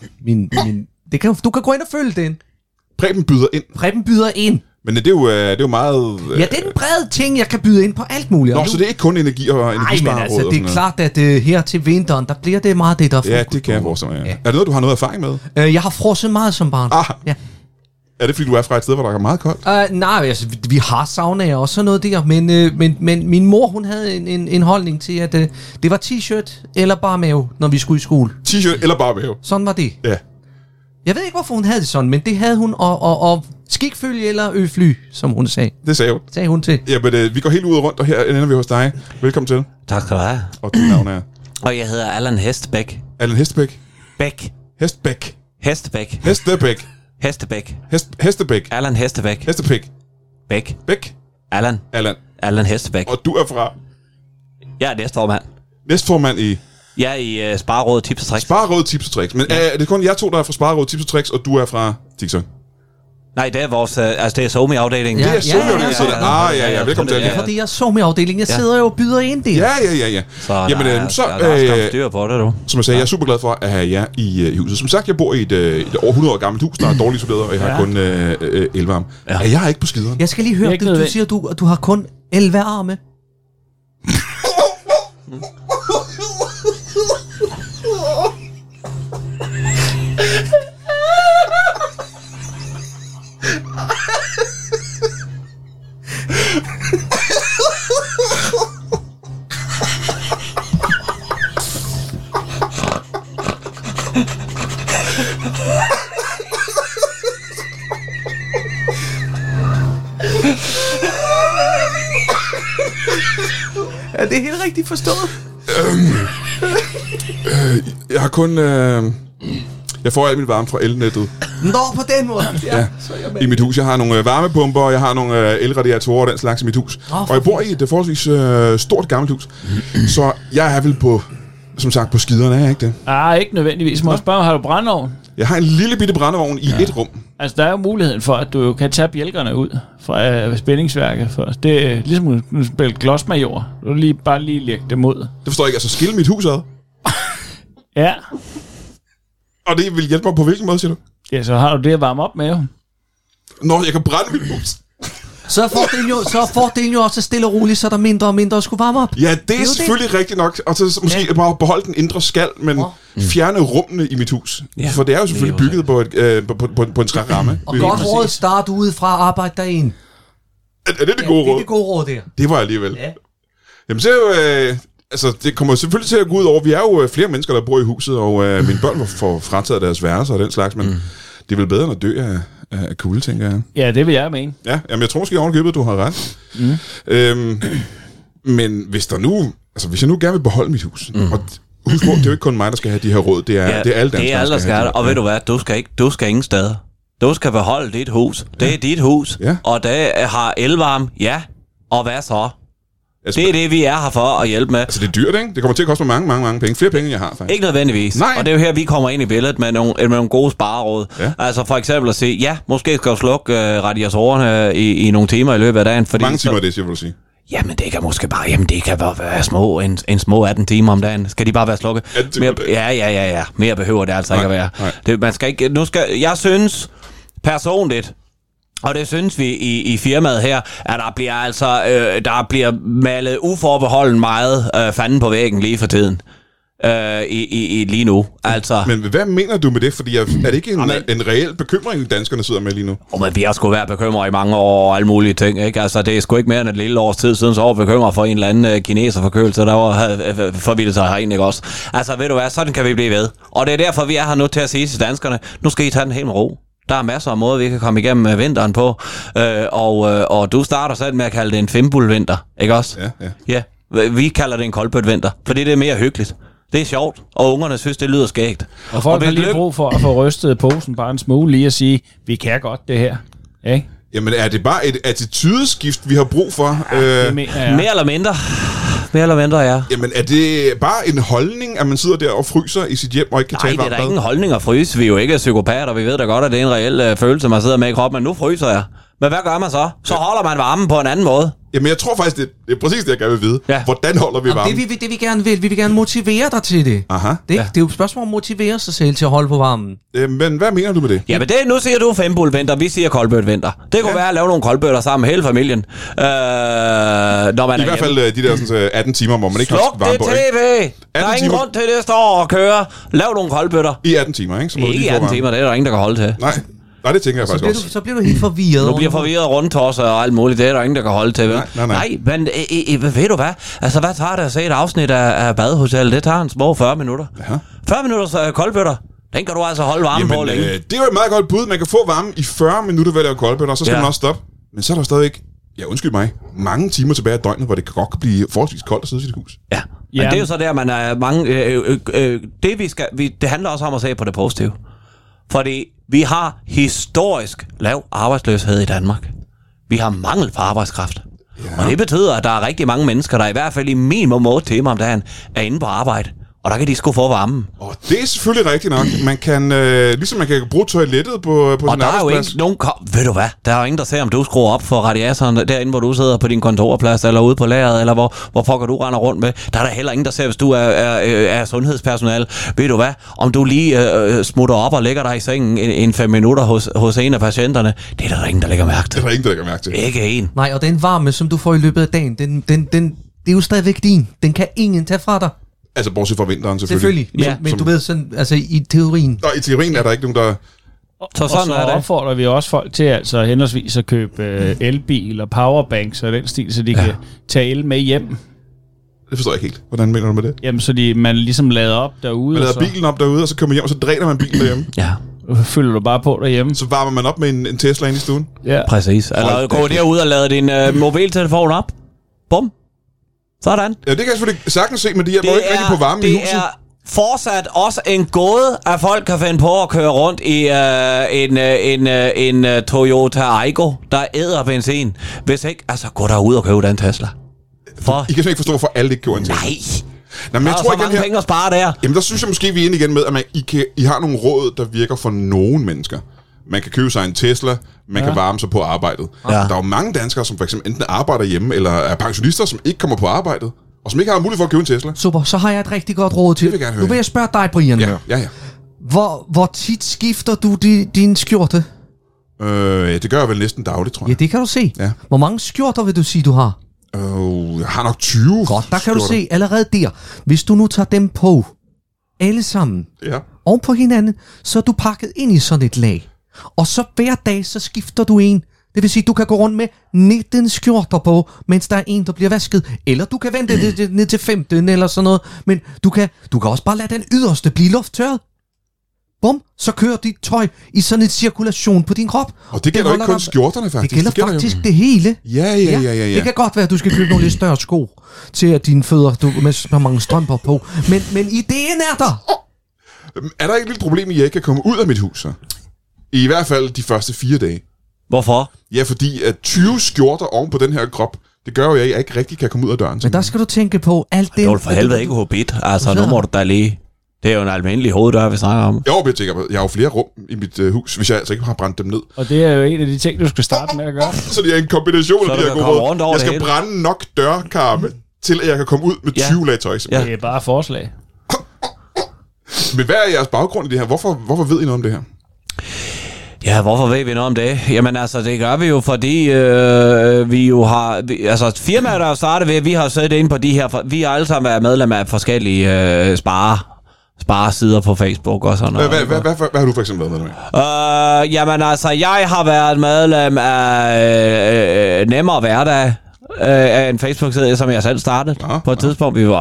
du kan gå ind og følge den. Preben byder ind. Preben byder ind. Men det er jo meget... Ja, det er den brede ting, jeg kan byde ind på alt muligt. Nå, så det er ikke kun energi og energispareråd? Nej, men altså, det er klart, at her til vinteren, der bliver det meget det, der Ja, det kan jeg forestille mig, ja. Er det noget, du har noget erfaring med? Jeg har frosset meget som barn. Ja. Er det, fordi du er fra et sted, hvor der er meget koldt? Nej, altså, vi har saunaer og sådan noget der, men min mor, hun havde en holdning til, at det var t-shirt eller bare mave, når vi skulle i skole. T-shirt eller bare mave? Sådan var det. Ja. Jeg ved ikke, hvorfor hun havde det sådan, men det havde hun, og skikfølge eller øfly, som hun sagde. Det sagde hun. Sagde hun til. Ja, men vi går helt ud og rundt, og her ender vi hos dig. Velkommen til. Tak skal du have. Og dit navn er? Og jeg hedder Allan Hestebæk. Allan Hestebæk? Bæk. Hestebæk. Hestebæk. Hestebæk. Hestebæk. Hestebæk. Allan Hestebæk. Hestebæk. Bæk. Bæk. Allan. Allan Hestebæk. Og du er fra? Jeg er næstformand. Næstformand i? Jeg er i Spareråd, Tips og Tricks. Spareråd, Tips og Tricks. Men er det kun jer to, der er fra Spareråd, Tips og Tricks, og du er fra TikTok? Nej, det er vores, det er SoMe-afdelingen. Det er SoMe-afdelingen. Ja. Velkommen til. Ja, fordi jeg er SoMe-afdelingen. Jeg sidder jo og byder ind der. Ja. Så jamen, der er styr på det, du. Som jeg sagde, jeg er super glad for at have jer i huset. Som sagt, jeg bor i et over 100 år gammelt hus, der er dårligt isoleret, og jeg har kun elvarme. Ja. Er jeg ikke på skideren? Jeg skal lige høre, du siger, du har kun 11 arme. Er det helt rigtigt forstået? Jeg har kun... jeg får al min varme fra elnettet. Nå, på den måde. Ja. Så i mit hus. Jeg har nogle varmepumper, og jeg har nogle elradiatorer og den slags i mit hus. Og jeg bor i et forholdsvis stort gammelt hus. Så jeg er vel på, som sagt, på skiderne, er jeg ikke det? Ikke nødvendigvis. Må jeg spørge, har du brændeovn? Jeg har en lille bitte brændeovn i et rum. Altså, der er jo muligheden for, at du kan tage bjælkerne ud fra spændingsværket. Det er ligesom at spille Glossmajor. Du bare lige lægge dem ud. Det forstår jeg ikke. Altså, skille mit hus ad? Ja. Og det vil hjælpe mig på hvilken måde, siger du? Ja, så har du det at varme op med, jo. Nå, jeg kan brænde mit hus. Så får den jo også stille og roligt, så der mindre og mindre at skulle varme op. Ja, det er selvfølgelig rigtigt nok. Og så måske bare beholde den indre skal, men fjerne rummene i mit hus. Ja. For det er jo selvfølgelig bygget på en træramme. Og godt råd, start udefra og arbejde derind. Er det gode råd? Det er det gode råd, der. Det var alligevel. Ja. Jamen, så er jo... Altså, det kommer selvfølgelig til at gå ud over. Vi er jo flere mennesker, der bor i huset, og mine børn får frataget deres værelser og den slags, men det er vel bedre end at dø af kulde, tænker jeg. Ja, det vil jeg mene. Ja, jamen, jeg tror måske ovenikøbet, at du har ret. Men hvis jeg nu gerne vil beholde mit hus, og husk på, det er jo ikke kun mig, der skal have de her råd, det er alle danskere, det er alle, der skal have det. Og ved du hvad, du skal ingen steder. Du skal beholde dit hus. Det er dit hus, og det har elvarme, og hvad så? Det er det, vi er her for at hjælpe med. Altså, det er dyrt, ikke? Det kommer til at koste mig mange penge. Flere penge, end jeg har, faktisk. Ikke nødvendigvis. Nej. Og det er jo her, vi kommer ind i billedet med nogle gode spareråd. Ja. Altså, for eksempel at se, måske skal du slukke radiatorerne i nogle timer i løbet af dagen. Fordi mange timer er det, siger du sige? Jamen, det kan måske bare... det kan være en små 18 timer om dagen. Skal de bare være slukket? Ja. Mere behøver det altså ikke at være. Man skal ikke... Jeg synes personligt... Og det synes vi i firmaet her, at der bliver malet uforbeholden meget fanden på væggen lige for tiden. lige nu. Altså. Men hvad mener du med det? Fordi er det ikke en reel bekymring, danskerne sidder med lige nu? Men vi har sgu været bekymret i mange år og alle mulige ting, ikke? Altså, det er sgu ikke mere end et lille års tid siden, så var bekymret for en eller anden kineserforkølelse, der var forvildet sig herinde, ikke også? Altså, ved du hvad, sådan kan vi blive ved. Og det er derfor, vi er her nu til at sige til danskerne, nu skal I tage den helt med ro. Der er masser af måder, vi kan komme igennem vinteren på. Og du starter selv med at kalde det en fimbulvinter, ikke også? Ja. Vi kalder det en koldbøtvinter, fordi det er mere hyggeligt. Det er sjovt, og ungerne synes, det lyder skægt. Og folk har lige brug for at få rystet posen bare en smule lige at sige, vi kan godt det her. Ikke? Jamen, er det bare et attitydeskift, vi har brug for? Det mener jeg. Mere eller mindre, ja. Jamen, er det bare en holdning, at man sidder der og fryser i sit hjem og ikke kan tage varmt bad? Nej, det er da ikke en holdning at fryse. Vi er jo ikke psykopater, vi ved da godt, at det er en reel følelse, man sidder med i kroppen, men nu fryser jeg. Men hvad gør man så? Så holder man varmen på en anden måde. Jamen, jeg tror faktisk, det er præcis det, jeg gerne vil vide. Ja. Hvordan holder vi varmen? Det vi gerne vil. Vi vil gerne motivere dig til det. Aha. Det er jo et spørgsmål om at motivere sig selv til at holde på varmen. Men hvad mener du med det? Jamen, nu siger du fimbulvinter, vi siger koldbøtvinter. Det kunne være at lave nogle koldbøtter sammen, hele familien. Når man I hvert fald de der sådan, 18 timer, hvor man ikke har varme på. Sluk det TV! Der er ingen grund til, det står og kører. Lav nogle koldbøtter. I 18 timer, ikke? Så må ikke i 18 timer, det er der ingen, der kan holde til. Nej, det tænker jeg faktisk også. Så bliver du helt forvirret. Du bliver forvirret rundt også og alt muligt. Det er der ingen, der kan holde til. Vel? Nej, men ved du hvad? Altså, hvad tager det at se et afsnit af Badehotel? Det tager en små 40 minutter. Aha. 40 minutters koldbøtter. Den kan du altså holde varmen på længe. Det er jo et meget godt bud. Man kan få varme i 40 minutter ved at lave koldbøtter, og så skal man også stoppe. Men så er der stadigvæk, undskyld mig, mange timer tilbage af døgnet, hvor det godt kan blive forholdsvis koldt at sidde i sit hus. Ja, men det er jo så der, man er mange... det handler også om at se på det positive. Fordi vi har historisk lav arbejdsløshed i Danmark. Vi har mangel på arbejdskraft. Ja. Og det betyder, at der er rigtig mange mennesker, der i hvert fald i minimum 8 timer om dagen er inde på arbejde. Og der kan de sgu få varmen. Og det er selvfølgelig rigtigt nok. Man kan, ligesom man kan bruge toilettet på sin arbejdsplads. Og der er jo ikke nogen... Ved du hvad? Der er jo ingen, der ser, om du skruer op for radiatoren derinde, hvor du sidder på din kontorplads, eller ude på lageret, eller hvor pokker du render rundt med. Der er der heller ingen, der ser, hvis du er sundhedspersonale. Ved du hvad? Om du lige smutter op og lægger dig i sengen en 5 minutter hos en af patienterne, det er der ingen, der lægger mærke til. Det er der ingen, der lægger mærke til. Ikke en. Nej, og den varme, som du får i løbet af dagen, det er jo stadigvæk din. Den kan ingen tage fra dig. Altså bortset fra vinteren selvfølgelig. Men du ved sådan, altså i teorien. Nå, i teorien er der ikke nogen, der... Så opfordrer vi også folk til altså henholdsvis at købe elbil og powerbanks og den stil, så de kan tage el med hjem. Det forstår jeg ikke helt. Hvordan mener du med det? Jamen, så man ligesom lader op derude. Man lader bilen op derude, og så kommer hjem, og så dræner man bilen derhjemme. Ja. Følger du bare på derhjemme. Så varmer man op med en Tesla ind i stuen. Ja. Præcis. Eller gå derud og lade din mobiltelefon op. Bum. Sådan. Ja, det kan jeg selvfølgelig sagtens se, men de er ikke rigtig på varme i huset. Det er fortsat også en gåde, at folk kan finde på at køre rundt i en Toyota Aygo, der æder benzin. Hvis ikke, altså gå derud og købe den Tesla. I kan simpelthen ikke forstå, hvorfor alle ikke køber en Tesla. Nej, men jeg tror, så mange penge at spare der. Jamen, der synes jeg måske, vi er inde igen med, at I har nogle råd, der virker for nogle mennesker. Man kan købe sig en Tesla, man kan varme sig på arbejdet. Ja. Der er jo mange danskere, som for eksempel enten arbejder hjemme, eller er pensionister, som ikke kommer på arbejdet, og som ikke har mulighed for at købe en Tesla. Super, så har jeg et rigtig godt råd til. Det vil jeg gerne høre. Nu vil jeg spørge dig, Brian. Ja. Hvor tit skifter du din skjorte? Det gør jeg vel næsten dagligt, tror jeg. Ja, det kan du se. Ja. Hvor mange skjorter vil du sige, du har? Jeg har nok 20. Godt, der kan du se allerede der. Hvis du nu tager dem på, alle sammen, oven på hinanden, så er du pakket ind i sådan et lag. Og så hver dag, så skifter du en. Det vil sige, du kan gå rundt med 19 skjorter på, mens der er en, der bliver vasket. Eller du kan vente det ned til 15 eller sådan noget. Men du kan også bare lade den yderste blive lufttørret. Bum, så kører dit tøj i sådan en cirkulation på din krop. Og det gælder ikke kun skjorterne, faktisk. Det gælder faktisk det hele. Ja. Det kan godt være, at du skal købe nogle lidt større sko til at dine fødder, du med mange strømper på. Men ideen er der. Er der ikke et lille problem, at jeg ikke kan komme ud af mit hus, så? I hvert fald de første 4 dage. Hvorfor? Ja, fordi at 20 skjorter oven på den her krop, det gør jo, at jeg ikke rigtig kan komme ud af døren. Men der skal du tænke på alt det. Det er jo for helvede ikke hobbit. Altså, nu må du da lige... Det er jo en almindelig hoveddør, vi snakker om. Jo, jeg har jo flere rum i mit hus, hvis jeg altså ikke har brændt dem ned. Og det er jo en af de ting, du skal starte med at gøre. Så det er en kombination af de her gode råd. Jeg skal brænde nok dørkarme, til at jeg kan komme ud med 20 lag tøj. Ja. Det er bare forslag. Men hvad er jeres baggrund i det her? Hvorfor ved I noget om det her? Ja, hvorfor ved vi noget om det? Jamen altså, det gør vi jo, fordi vi jo har... firmaer, der er startet ved, vi har siddet inde på de her... Vi har alle sammen været medlem af forskellige sparesider på Facebook og sådan noget. Hvad har du for eksempel været medlem af? Jamen altså, jeg har været medlem af Nemmere Hverdag, af en Facebook-side, som jeg selv startede. På et tidspunkt, vi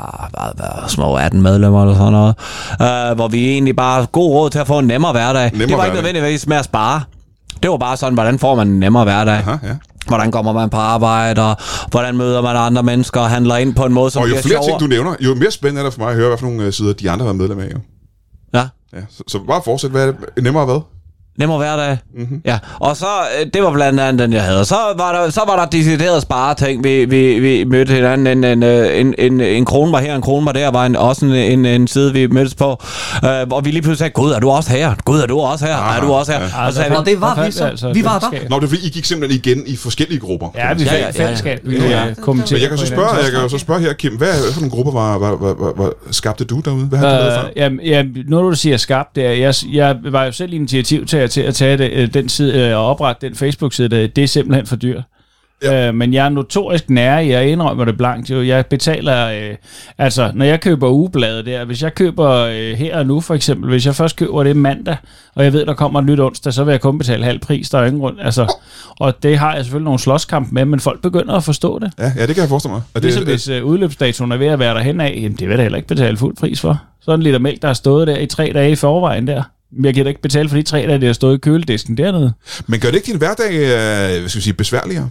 var små 18 medlemmer eller sådan noget, hvor vi egentlig bare god råd til at få en nemmere hverdag. Det var ikke nødvendigvis med at spare. Det var bare sådan, hvordan får man en nemmere hverdag. Aha, ja. Hvordan kommer man på arbejde, og hvordan møder man andre mennesker og handler ind på en måde, som bliver sjovere. Og jo flere ting, du nævner, jo mere spændende er det for mig at høre, hvad for nogle sider de andre har været medlem af. Jo. Ja. Så bare fortsæt. Hvad er det nemmere hvad? Nemmere hverdag. Mm-hmm. Ja. Og så, det var blandt andet den, jeg havde. Så var der decideret spareting. Vi mødte hinanden. En krone var her, en krone var der. Var også en side, vi mødtes på. Og vi lige pludselig sagde, Gud, er du også her? Gud, er du også her? Er du også her? Ja. Og det var vi så. Altså, vi var der. Nå, det var, I gik simpelthen igen i forskellige grupper. Ja, vi fik fællesskab. Men jeg kan så spørge her, Kim, hvad for nogle grupper var skabte du derude? Hvad har du lavet for? Når du siger skabt, jeg var jo selv initiativ til at tage den side og oprette den Facebook-side, det er simpelthen for dyrt. Ja. Men jeg er notorisk nære, jeg indrømmer det blankt. Jo. Jeg betaler, når jeg køber ugebladet der, hvis jeg køber her og nu for eksempel, hvis jeg først køber det mandag, og jeg ved, der kommer et nyt onsdag, så vil jeg kun betale halv pris, der er ingen grund. Og det har jeg selvfølgelig nogle slåskamp med, men folk begynder at forstå det. Ja, det kan jeg forestille mig. Ligesom hvis udløbsdatoen er ved at være derhen af, jamen det vil jeg heller ikke betale fuld pris for. Sådan en liter mælk, der har stået der i 3 dage i forvejen der. Jeg kan da ikke betale for de 3 dage, der har stået i køledisken dernede. Men gør det ikke din hverdag besværligere?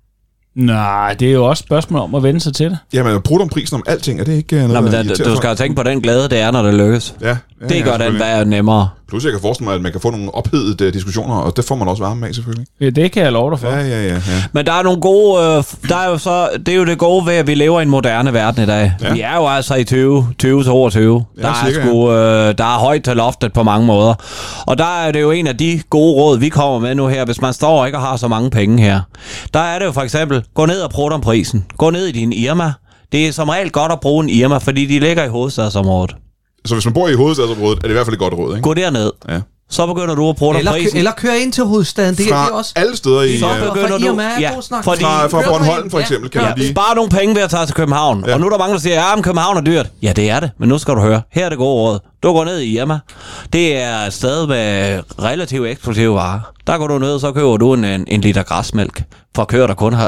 Nej, det er jo også et spørgsmål om at vende sig til det. Jamen, bruger om prisen om alting, er det ikke noget, men du skal jo tænke på den glæde, det er, når det lykkes. Ja, det gør den være nemmere. Plus jeg kan forestille mig, at man kan få nogle ophedede diskussioner, og det får man også varme af, selvfølgelig. Ja, det kan jeg love dig for. Ja. Men der er nogle gode... det er jo det gode ved, at vi lever i en moderne verden i dag. Ja. Vi er jo altså i 2022. Ja, der er højt til loftet på mange måder. Og der er det jo en af de gode råd, vi kommer med nu her, hvis man står og ikke har så mange penge her. Der er det jo for eksempel, gå ned og prøv om prisen. Gå ned i din Irma. Det er som regel godt at bruge en Irma, fordi de ligger i hovedstadsområdet. Så hvis man bor i hovedstadsområdet, er det i hvert fald et godt råd, ikke? Gå derned. Ja. Så begynder du at bruge dig prisen. Eller køre ind til hovedstaden. Det er også alle steder i... Så begynder du... Fra Bornholm for eksempel. Kan man spare nogle penge ved at tage til København. Ja. Og nu er der mange, der siger, men København er dyrt. Ja, det er det. Men nu skal du høre. Her er det gode råd. Du går ned i Irma. Det er et sted med relativt eksplosive varer. Der går du ned, så køber du en liter græsmælk for køer, der kun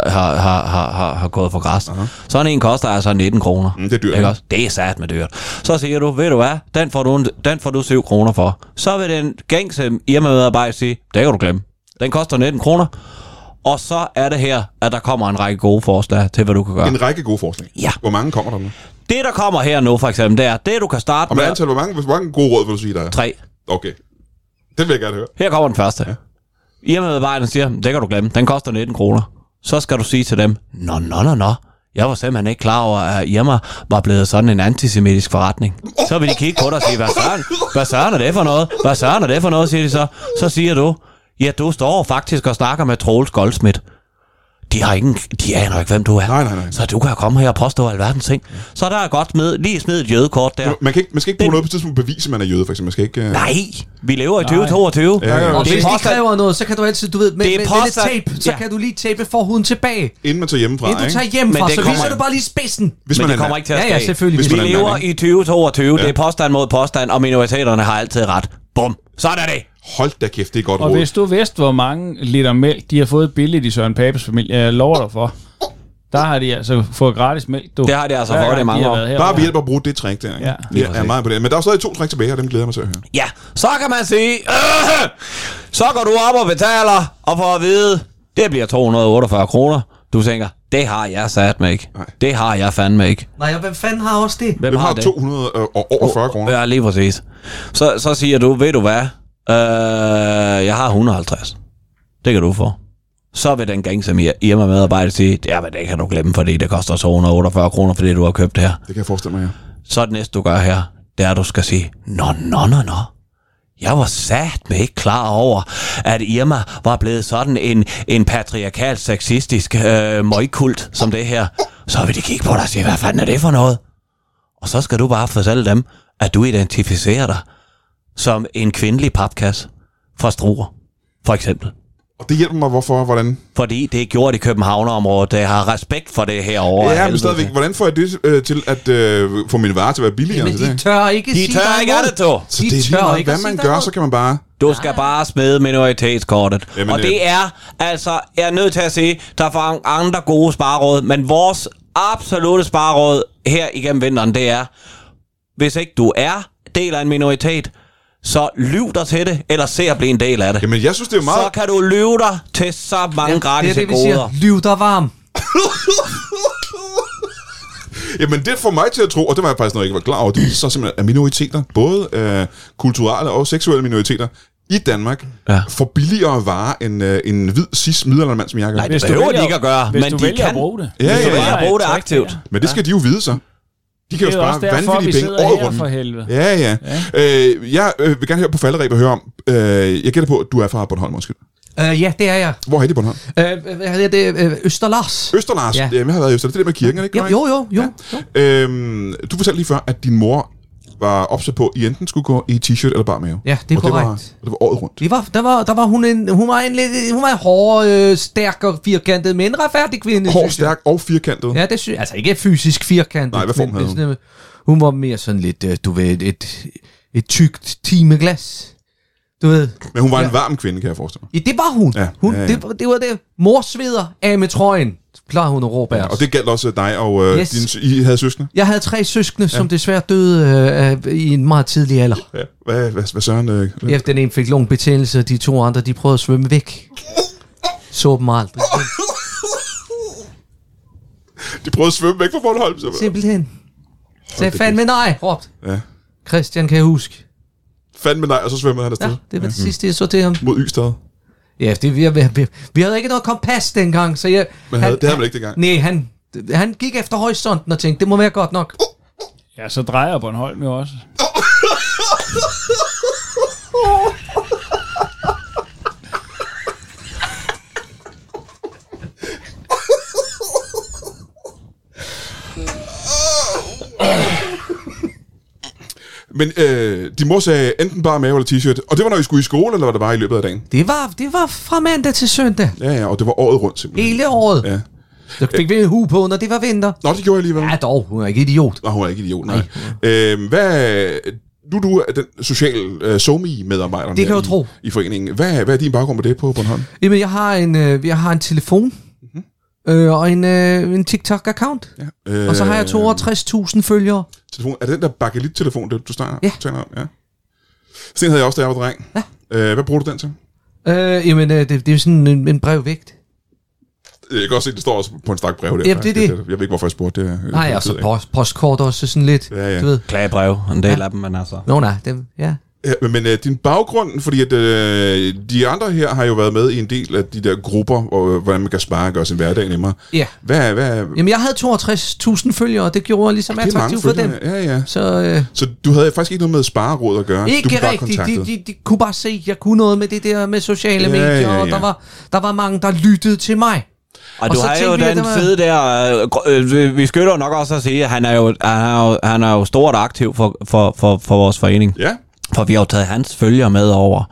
har gået for græs. Uh-huh. Sådan en koster altså 19 kroner. Det er dyrt. Ikke også? Det er sat med dyrt. Så siger du, ved du hvad, den får du 7 kroner for. Så vil den gængse Irma-medarbejder sige, det kan du glemme. Den koster 19 kroner. Og så er det her, at der kommer en række gode forslag til, hvad du kan gøre. En række gode forslag? Ja. Hvor mange kommer der nu? Det, der kommer her nu, for eksempel, det er, det du kan starte med... Hvor mange gode råd vil du sige, der er? 3. Okay. Det vil jeg gerne høre. Her kommer den første. Ja. Irma-medarbejderen siger, det kan du glemme, den koster 19 kroner. Så skal du sige til dem, nå. Jeg var simpelthen ikke klar over, at Irma var blevet sådan en antisemitisk forretning. Så vil de kigge på dig og sige, hvad søren er det for noget? Hvad søren er det for noget, siger de så. Så siger du, ja, du står faktisk og snakker med Troels Goldsmith. De aner ikke, hvem du er. Nej. Så du kan komme her og påstå alverdens ting. Så der er godt lige smid et jødekort der. Man skal ikke på noget på tidspunkt bevise, at man er jøde, for eksempel. Man skal ikke... Nej, vi lever i 2022. Ja. Og hvis de kræver noget, så kan du altid, med lidt tape, så kan du lige tape forhuden tilbage. Inden man tager hjemmefra, så viser du bare lige spidsen. Men det kommer ikke til at ske. Ja, selvfølgelig. Vi lever i 2022. Det er påstand mod påstand, og minoriteterne har altid ret. Bum. Sådan er det. Hold da kæft, det er godt råd. Og hvis du vidste, hvor mange liter mælk de har fået billigt i Søren Papes familie, jeg lover dig for, der har de altså fået gratis mælk. Det har de altså fået det mange år. Bare ved hjælp at bruge det trick der. Ja. Det er meget på det. Men der er stadig 2 trick tilbage, og dem glæder mig til at høre. Ja, så kan man sige, så går du op og betaler, og får at vide, det bliver 248 kroner. Du tænker, det har jeg sat mig ikke. Nej. Det har jeg fandme ikke. Nej, hvem fanden har også det? Hvem har 240 kroner? Ja, lige præcis. Så siger du, ved du hvad? Jeg har 150. Det kan du få. Så vil den gang, som Irma-medarbejder sige, ja, men det kan du glemme, fordi det koster 248 kroner, fordi du har købt det her. Det kan jeg forestille mig, ja. Så det næste, du gør her, det er, at du skal sige, nå. Jeg var satme ikke klar over, at Irma var blevet sådan en patriarkal, sexistisk møgkult som det her. Så vil de kigge på dig og sige, hvad fanden er det for noget? Og så skal du bare fortælle dem, at du identificerer dig som en kvindelig papkasse fra Struer. For eksempel. Og det hjælper mig, hvorfor, hvordan? Fordi det er gjort i Københavnerområdet. Det har respekt for det herovre. Ja, men stadigvæk, hvordan får jeg det til at få mine varer til at være billigere? Men de tør ikke sige de tør ikke det, du. Så det er lige meget, hvad man gør, så kan man bare... Du skal bare smide minoritetskortet. Jamen, og det er, altså, jeg er nødt til at sige, der er andre gode spareråd, men vores absolutte spareråd her igennem vinteren, det er, hvis ikke du er del af en minoritet, så lyv dig til det, eller se at blive en del af det. Jamen, jeg synes, det er meget... Så kan du lyve dig til så mange gratis goder. Siger, lyv dig varm. Jamen, det får mig til at tro, og det var jeg faktisk noget, jeg ikke var klar over, det viser så simpelthen, at minoriteter, både kulturelle og seksuelle minoriteter, i Danmark får billigere varer end hvid cis-middelaldermand, som jeg gør. Nej, det behøver de ikke at gøre, men de kan bruge det. Ja, bruge det aktivt. Men det skal de jo vide så. De kan jo spare vanvittige penge året rundt. For helvede. Ja. Jeg vil gerne høre på falderæb og høre om, jeg gætter på, at du er fra Bornholm, måske. Ja, det er jeg. Hvor er det Bornholm? Hvad hedder det? Østerlars. Østerlars? Ja. Jamen, jeg har været i Øster. Det er det med kirken, er det ikke? Jo. Ja. Du fortalte lige før, at din mor var opsat på, at I enten skulle gå i t-shirt eller bar mave. Ja, det er korrekt. Det var året rundt. Der var hun var en hård, stærk og firkantet, men en retfærdig kvinde. Hård, stærk og firkantet? Ja, det synes jeg. Altså ikke fysisk firkantet. Nej, hvad form havde hun? Hun var mere sådan lidt, du ved, et tykt timeglas. Du ved. Men hun var en varm kvinde, kan jeg forestille mig. Ja, det var hun. Ja. Det var det. Mor sveder af med trøjen. Plejer hun at råbe af os. Og det galt også dig og I havde søskende? Jeg havde 3 søskende, som desværre døde i en meget tidlig alder. Ja. Hvad søren? Efter den ene fik lungebetændelse, og de 2 andre, de prøvede at svømme væk. Så dem aldrig. De prøvede at svømme væk fra Bornholm? Simpelthen. Så fandme nej, råbt. Ja. Christian, kan jeg huske. Fandme nej, og så svømmede han afsted. Ja, det var det sidste, jeg så til ham. Mod Ystad. Ja, vi havde ikke noget kompas dengang, så jeg... Men det havde man ikke dengang. Nej, han gik efter horisonten og tænkte, det må være godt nok. Ja, så drejer Bornholm jo også. Men din mor sagde enten bare mave eller t-shirt, og det var når I skulle i skole, eller var det bare i løbet af dagen? Det var fra mandag til søndag. Ja, og det var året rundt simpelthen. Hele året. Ja. Så fik vi en hue på, når det var vinter. Nå, det gjorde jeg alligevel. Ja, dog. Hun er ikke idiot. Nå, hun er ikke idiot, nej. Du er den sociale SoMe-medarbejder. Det kan du tro. I foreningen. Hvad er din baggrund med det på Bornholm? Jamen, jeg har en telefon. Og en TikTok-account. Ja. Og så har jeg 62.000 følgere. Telefon. Er det den der bakelit-telefon, du taler om? Ja. Sådan havde jeg også, da jeg var dreng. Ja. Hvad bruger du den til? Det er sådan en brevvægt. Jeg kan også se, det står også på en stak brev der. Ja, det. Jeg ved ikke, hvorfor jeg spurgte det. Nej, altså postkort også sådan lidt. Ja. Du ved. Klagebrev, en del af dem, men altså. Nå, nej, dem, ja. Ja, men din baggrund, fordi at de andre her har jo været med i en del af de der grupper, hvordan man kan spare og gøre sin hverdag nemmere. Ja. Hvad? Jamen, jeg havde 62.000 følgere, og det gjorde ligesom attraktivt for dem. Ja. Så du havde faktisk ikke noget med spareråd at gøre? Ikke rigtigt. De kunne bare se, at jeg kunne noget med det der med sociale medier, og der var mange, der lyttede til mig. Og du har jo den side der, vi skylder nok også at sige, at han er jo stort aktiv for vores forening. Ja. For vi har jo taget hans følger med over.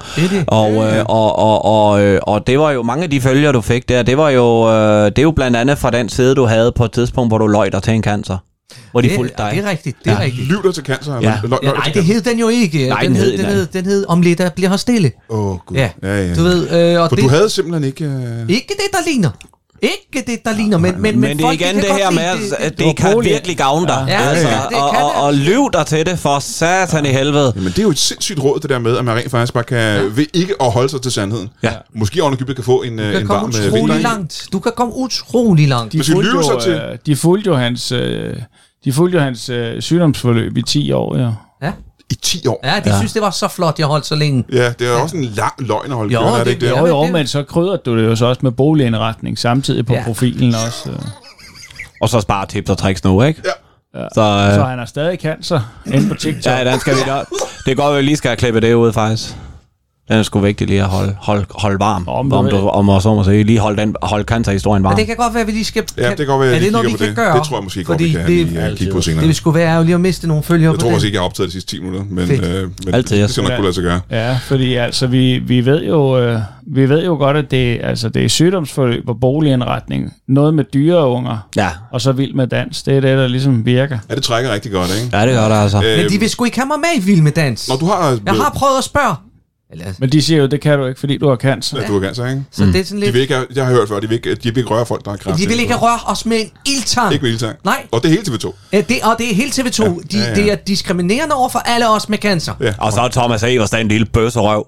Og det var jo mange af de følger, du fik der, det er jo blandt andet fra den side, du havde på et tidspunkt, hvor du løj dig til en cancer. Hvor de fulgte dig. Det er rigtigt, det er rigtigt. Lyv dig til cancer? Ja. Nej, det hed den jo ikke. Nej, den hed om lidt, der bliver her stille. Gud. Ja. Du ved, for du havde simpelthen ikke... Ikke det, der ligner. Ikke det, der ligner, men det er igen det her med, at det kan virkelig gavne dig. Og lyv dig til det, for satan i helvede. Jamen, det er jo et sindssygt råd, det der med, at man rent faktisk bare kan, ved ikke at holde sig til sandheden. Ja. Måske ovenikøbet kan få en varm vinter. Langt. Du kan komme utrolig langt. De fulgte jo hans sygdomsforløb i 10 år, ja. Ja. I 10 år? Ja, de synes, det var så flot, jeg holdt så længe. Ja, det er også en lang løgn at holde kørende, er det ikke det? Jo, men så krydrede du det jo så også med boligindretning samtidig på profilen også. Og så spare tips og tricks nu, ikke? Ja. Så han har stadig cancer inde på TikTok. Ja, den skal vi da. Det går jo lige skal klippe det ud, faktisk. Den er sgu vigtig lige at holde varm. Om så må sige. Lige holde cancer-historien varm. Men det kan godt være, at vi lige skal... Ja, det kan godt være, er det noget, vi kan gøre? Det tror jeg måske godt, vi kan lige kigge på senere. Det skulle være ærgerligt at miste nogle følgere. Jeg tror også ikke, jeg har optaget de sidste 10 minutter, men det skal nok kunne lade sig gøre. Ja, fordi altså, vi ved jo godt, at det er sygdomsforløb og boligindretning. Noget med dyreunger, og så Vild med dans. Det er det, der ligesom virker. Ja, det trækker rigtig godt, ikke? Ja, det gør det altså. Men de vil sgu ikke have mig med i Vild med dans. Når du har... Jeg har prøvet at spørge. Men de siger jo, det kan du ikke, fordi du har cancer. Ja, du har cancer, ikke? Så det er sådan lidt... De vil ikke, jeg har hørt før, de vil ikke røre folk, der har kræft. De vil ikke røre os med en ildtang. Ikke med ildtang. Nej. Og det er helt TV2. Det er helt TV2. Ja. Det er diskriminerende over for alle os med cancer. Ja. Og så er Thomas Everstad en lille bøsserøv.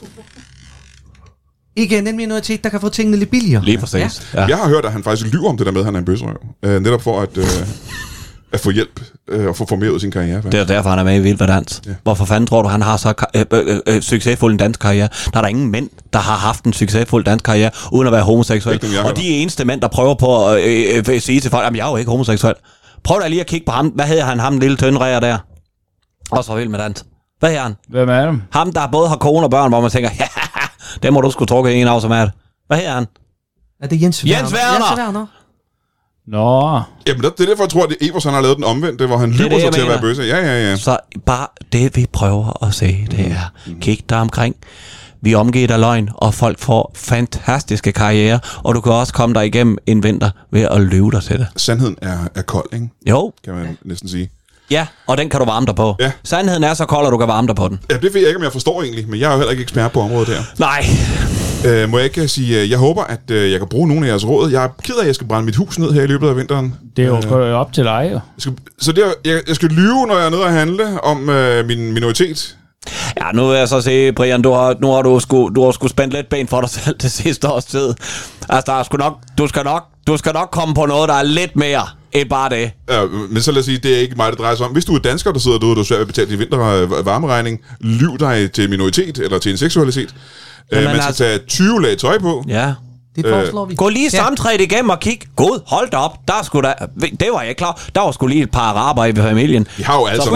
Igen en minoritet, der kan få tingene lidt billigere. Lige præcis. Ja. Jeg har hørt, at han faktisk lyver om det der med, at han er en bøsserøv. Netop for at få hjælp og få formeret sin karriere. Det er derfor, han er med i Vild med Dans. Ja. Hvorfor fanden tror du, han har så succesfuld en dansk karriere? Der er der ingen mænd, der har haft en succesfuld dansk karriere, uden at være homoseksuel. Og de eneste mænd, der prøver på at sige til folk, at jeg er jo ikke homoseksuel. Prøv da lige at kigge på ham. Hvad hedder han, ham den lille tøndræger der? Også fra Vild med Dans. Hvad hedder han? Hvem er dem? Ham, der både har kone og børn, hvor man tænker, ja, det må du sgu trukke en af som er det. Hvad hedder han? Er det Jens Werner? Jens Werner! Nå. Jamen, det er derfor, jeg tror, at Evers han har lavet den omvendte, hvor han lyver sig til at være bøsse. Ja. Så bare det, vi prøver at se, det er, kig dig omkring. Vi er omgivet af løgn, og folk får fantastiske karrierer, og du kan også komme der igennem en vinter ved at løbe dig til det. Sandheden er kold, ikke? Jo. Kan man næsten sige. Ja, og den kan du varme dig på. Ja. Sandheden er så kold, at du kan varme dig på den. Ja, det ved jeg ikke, om jeg forstår egentlig, men jeg er jo heller ikke ekspert på området der. Nej. Må jeg ikke sige, jeg håber, at jeg kan bruge nogle af jeres råd. Jeg er ked af, at jeg skal brænde mit hus ned her i løbet af vinteren. Det er jo op til dig, jo. Jeg skal lyve, når jeg er nede og handle om min minoritet. Ja, nu vil jeg så sige, Brian, du har sgu spændt lidt ben for dig selv det sidste års tid. Altså, du skal nok komme på noget, der er lidt mere end bare det. Ja, men så lad os sige, det er ikke mig, det drejer sig om. Hvis du er dansker, der sidder derude, og du er svært ved at betale din vintervarmeregning, lyv dig til minoritet eller til en seksualitet. Man skal tage 20 lag tøj på. Ja. Det foreslår vi. Gå lige samtræet igennem og kig. God, hold da op. Det var jeg ikke klar. Der var sgu lige et par araber i familien. Vi har jo altså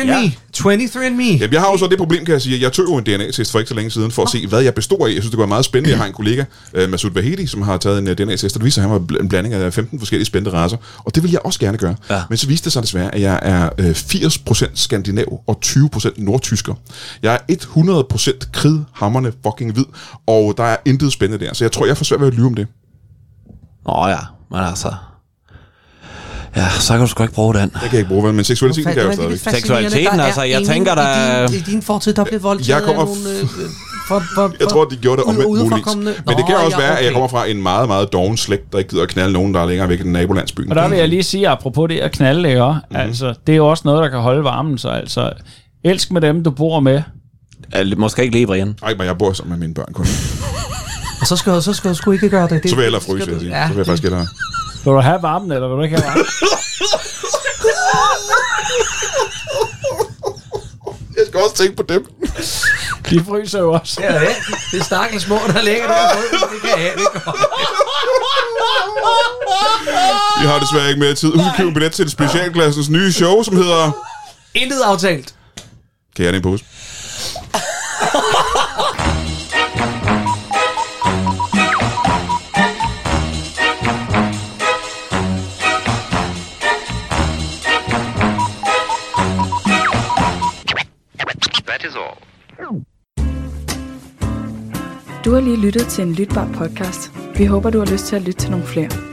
23andMe. Jamen, jeg har jo så det problem, kan jeg sige. Jeg tog jo en DNA-test for ikke så længe siden, for at se, hvad jeg består af. Jeg synes, det var meget spændende. Jeg har en kollega, Masoud Vahedi, som har taget en DNA-test, og det viser, at han var en blanding af 15 forskellige spændende racer. Og det vil jeg også gerne gøre. Ja. Men så viste det sig desværre, at jeg er 80% skandinav og 20% nordtysker. Jeg er 100% kridhammerne fucking hvid, og der er intet spændende der. Så jeg tror, jeg får svært ved at lyve om det. Ja, men altså... Ja, så kan du sgu ikke bruge den. Det kan jeg ikke bruge, men seksualiteten kan jeg jo stadigvæk. Seksualiteten, altså, jeg tænker, der... I din fortid, der blev voldtaget jeg kommer jeg tror, de gjorde det omvendt muligvis. Men det kan også være, at jeg kommer fra en meget, meget doven slægt, der ikke gider at knalde nogen, der er længere væk i den nabolandsbyen. Og der vil jeg lige sige, apropos det at knalde, ikke? Altså, det er jo også noget, der kan holde varmen, så altså... Elsk med dem, du bor med. Måske ikke lige, Brian. Nej, men jeg bor sammen med mine børn kun. Og så skal du sgu ikke gøre det. Så vil jeg hellere fryse, vil jeg sige. Så vil jeg faktisk hellere... Vil du have varmen, eller vil du ikke have varmen? Jeg skal også tænke på dem. De fryser jo også. Ja, det er stakkels små, der ligger der. Det kan jeg ikke. Vi har desværre ikke mere tid. Husk at købe en billet til specialklassens nye show, som hedder... Intet aftalt. Kan jeg have en pose? Du har lige lyttet til en lytbar podcast. Vi håber, du har lyst til at lytte til nogle flere.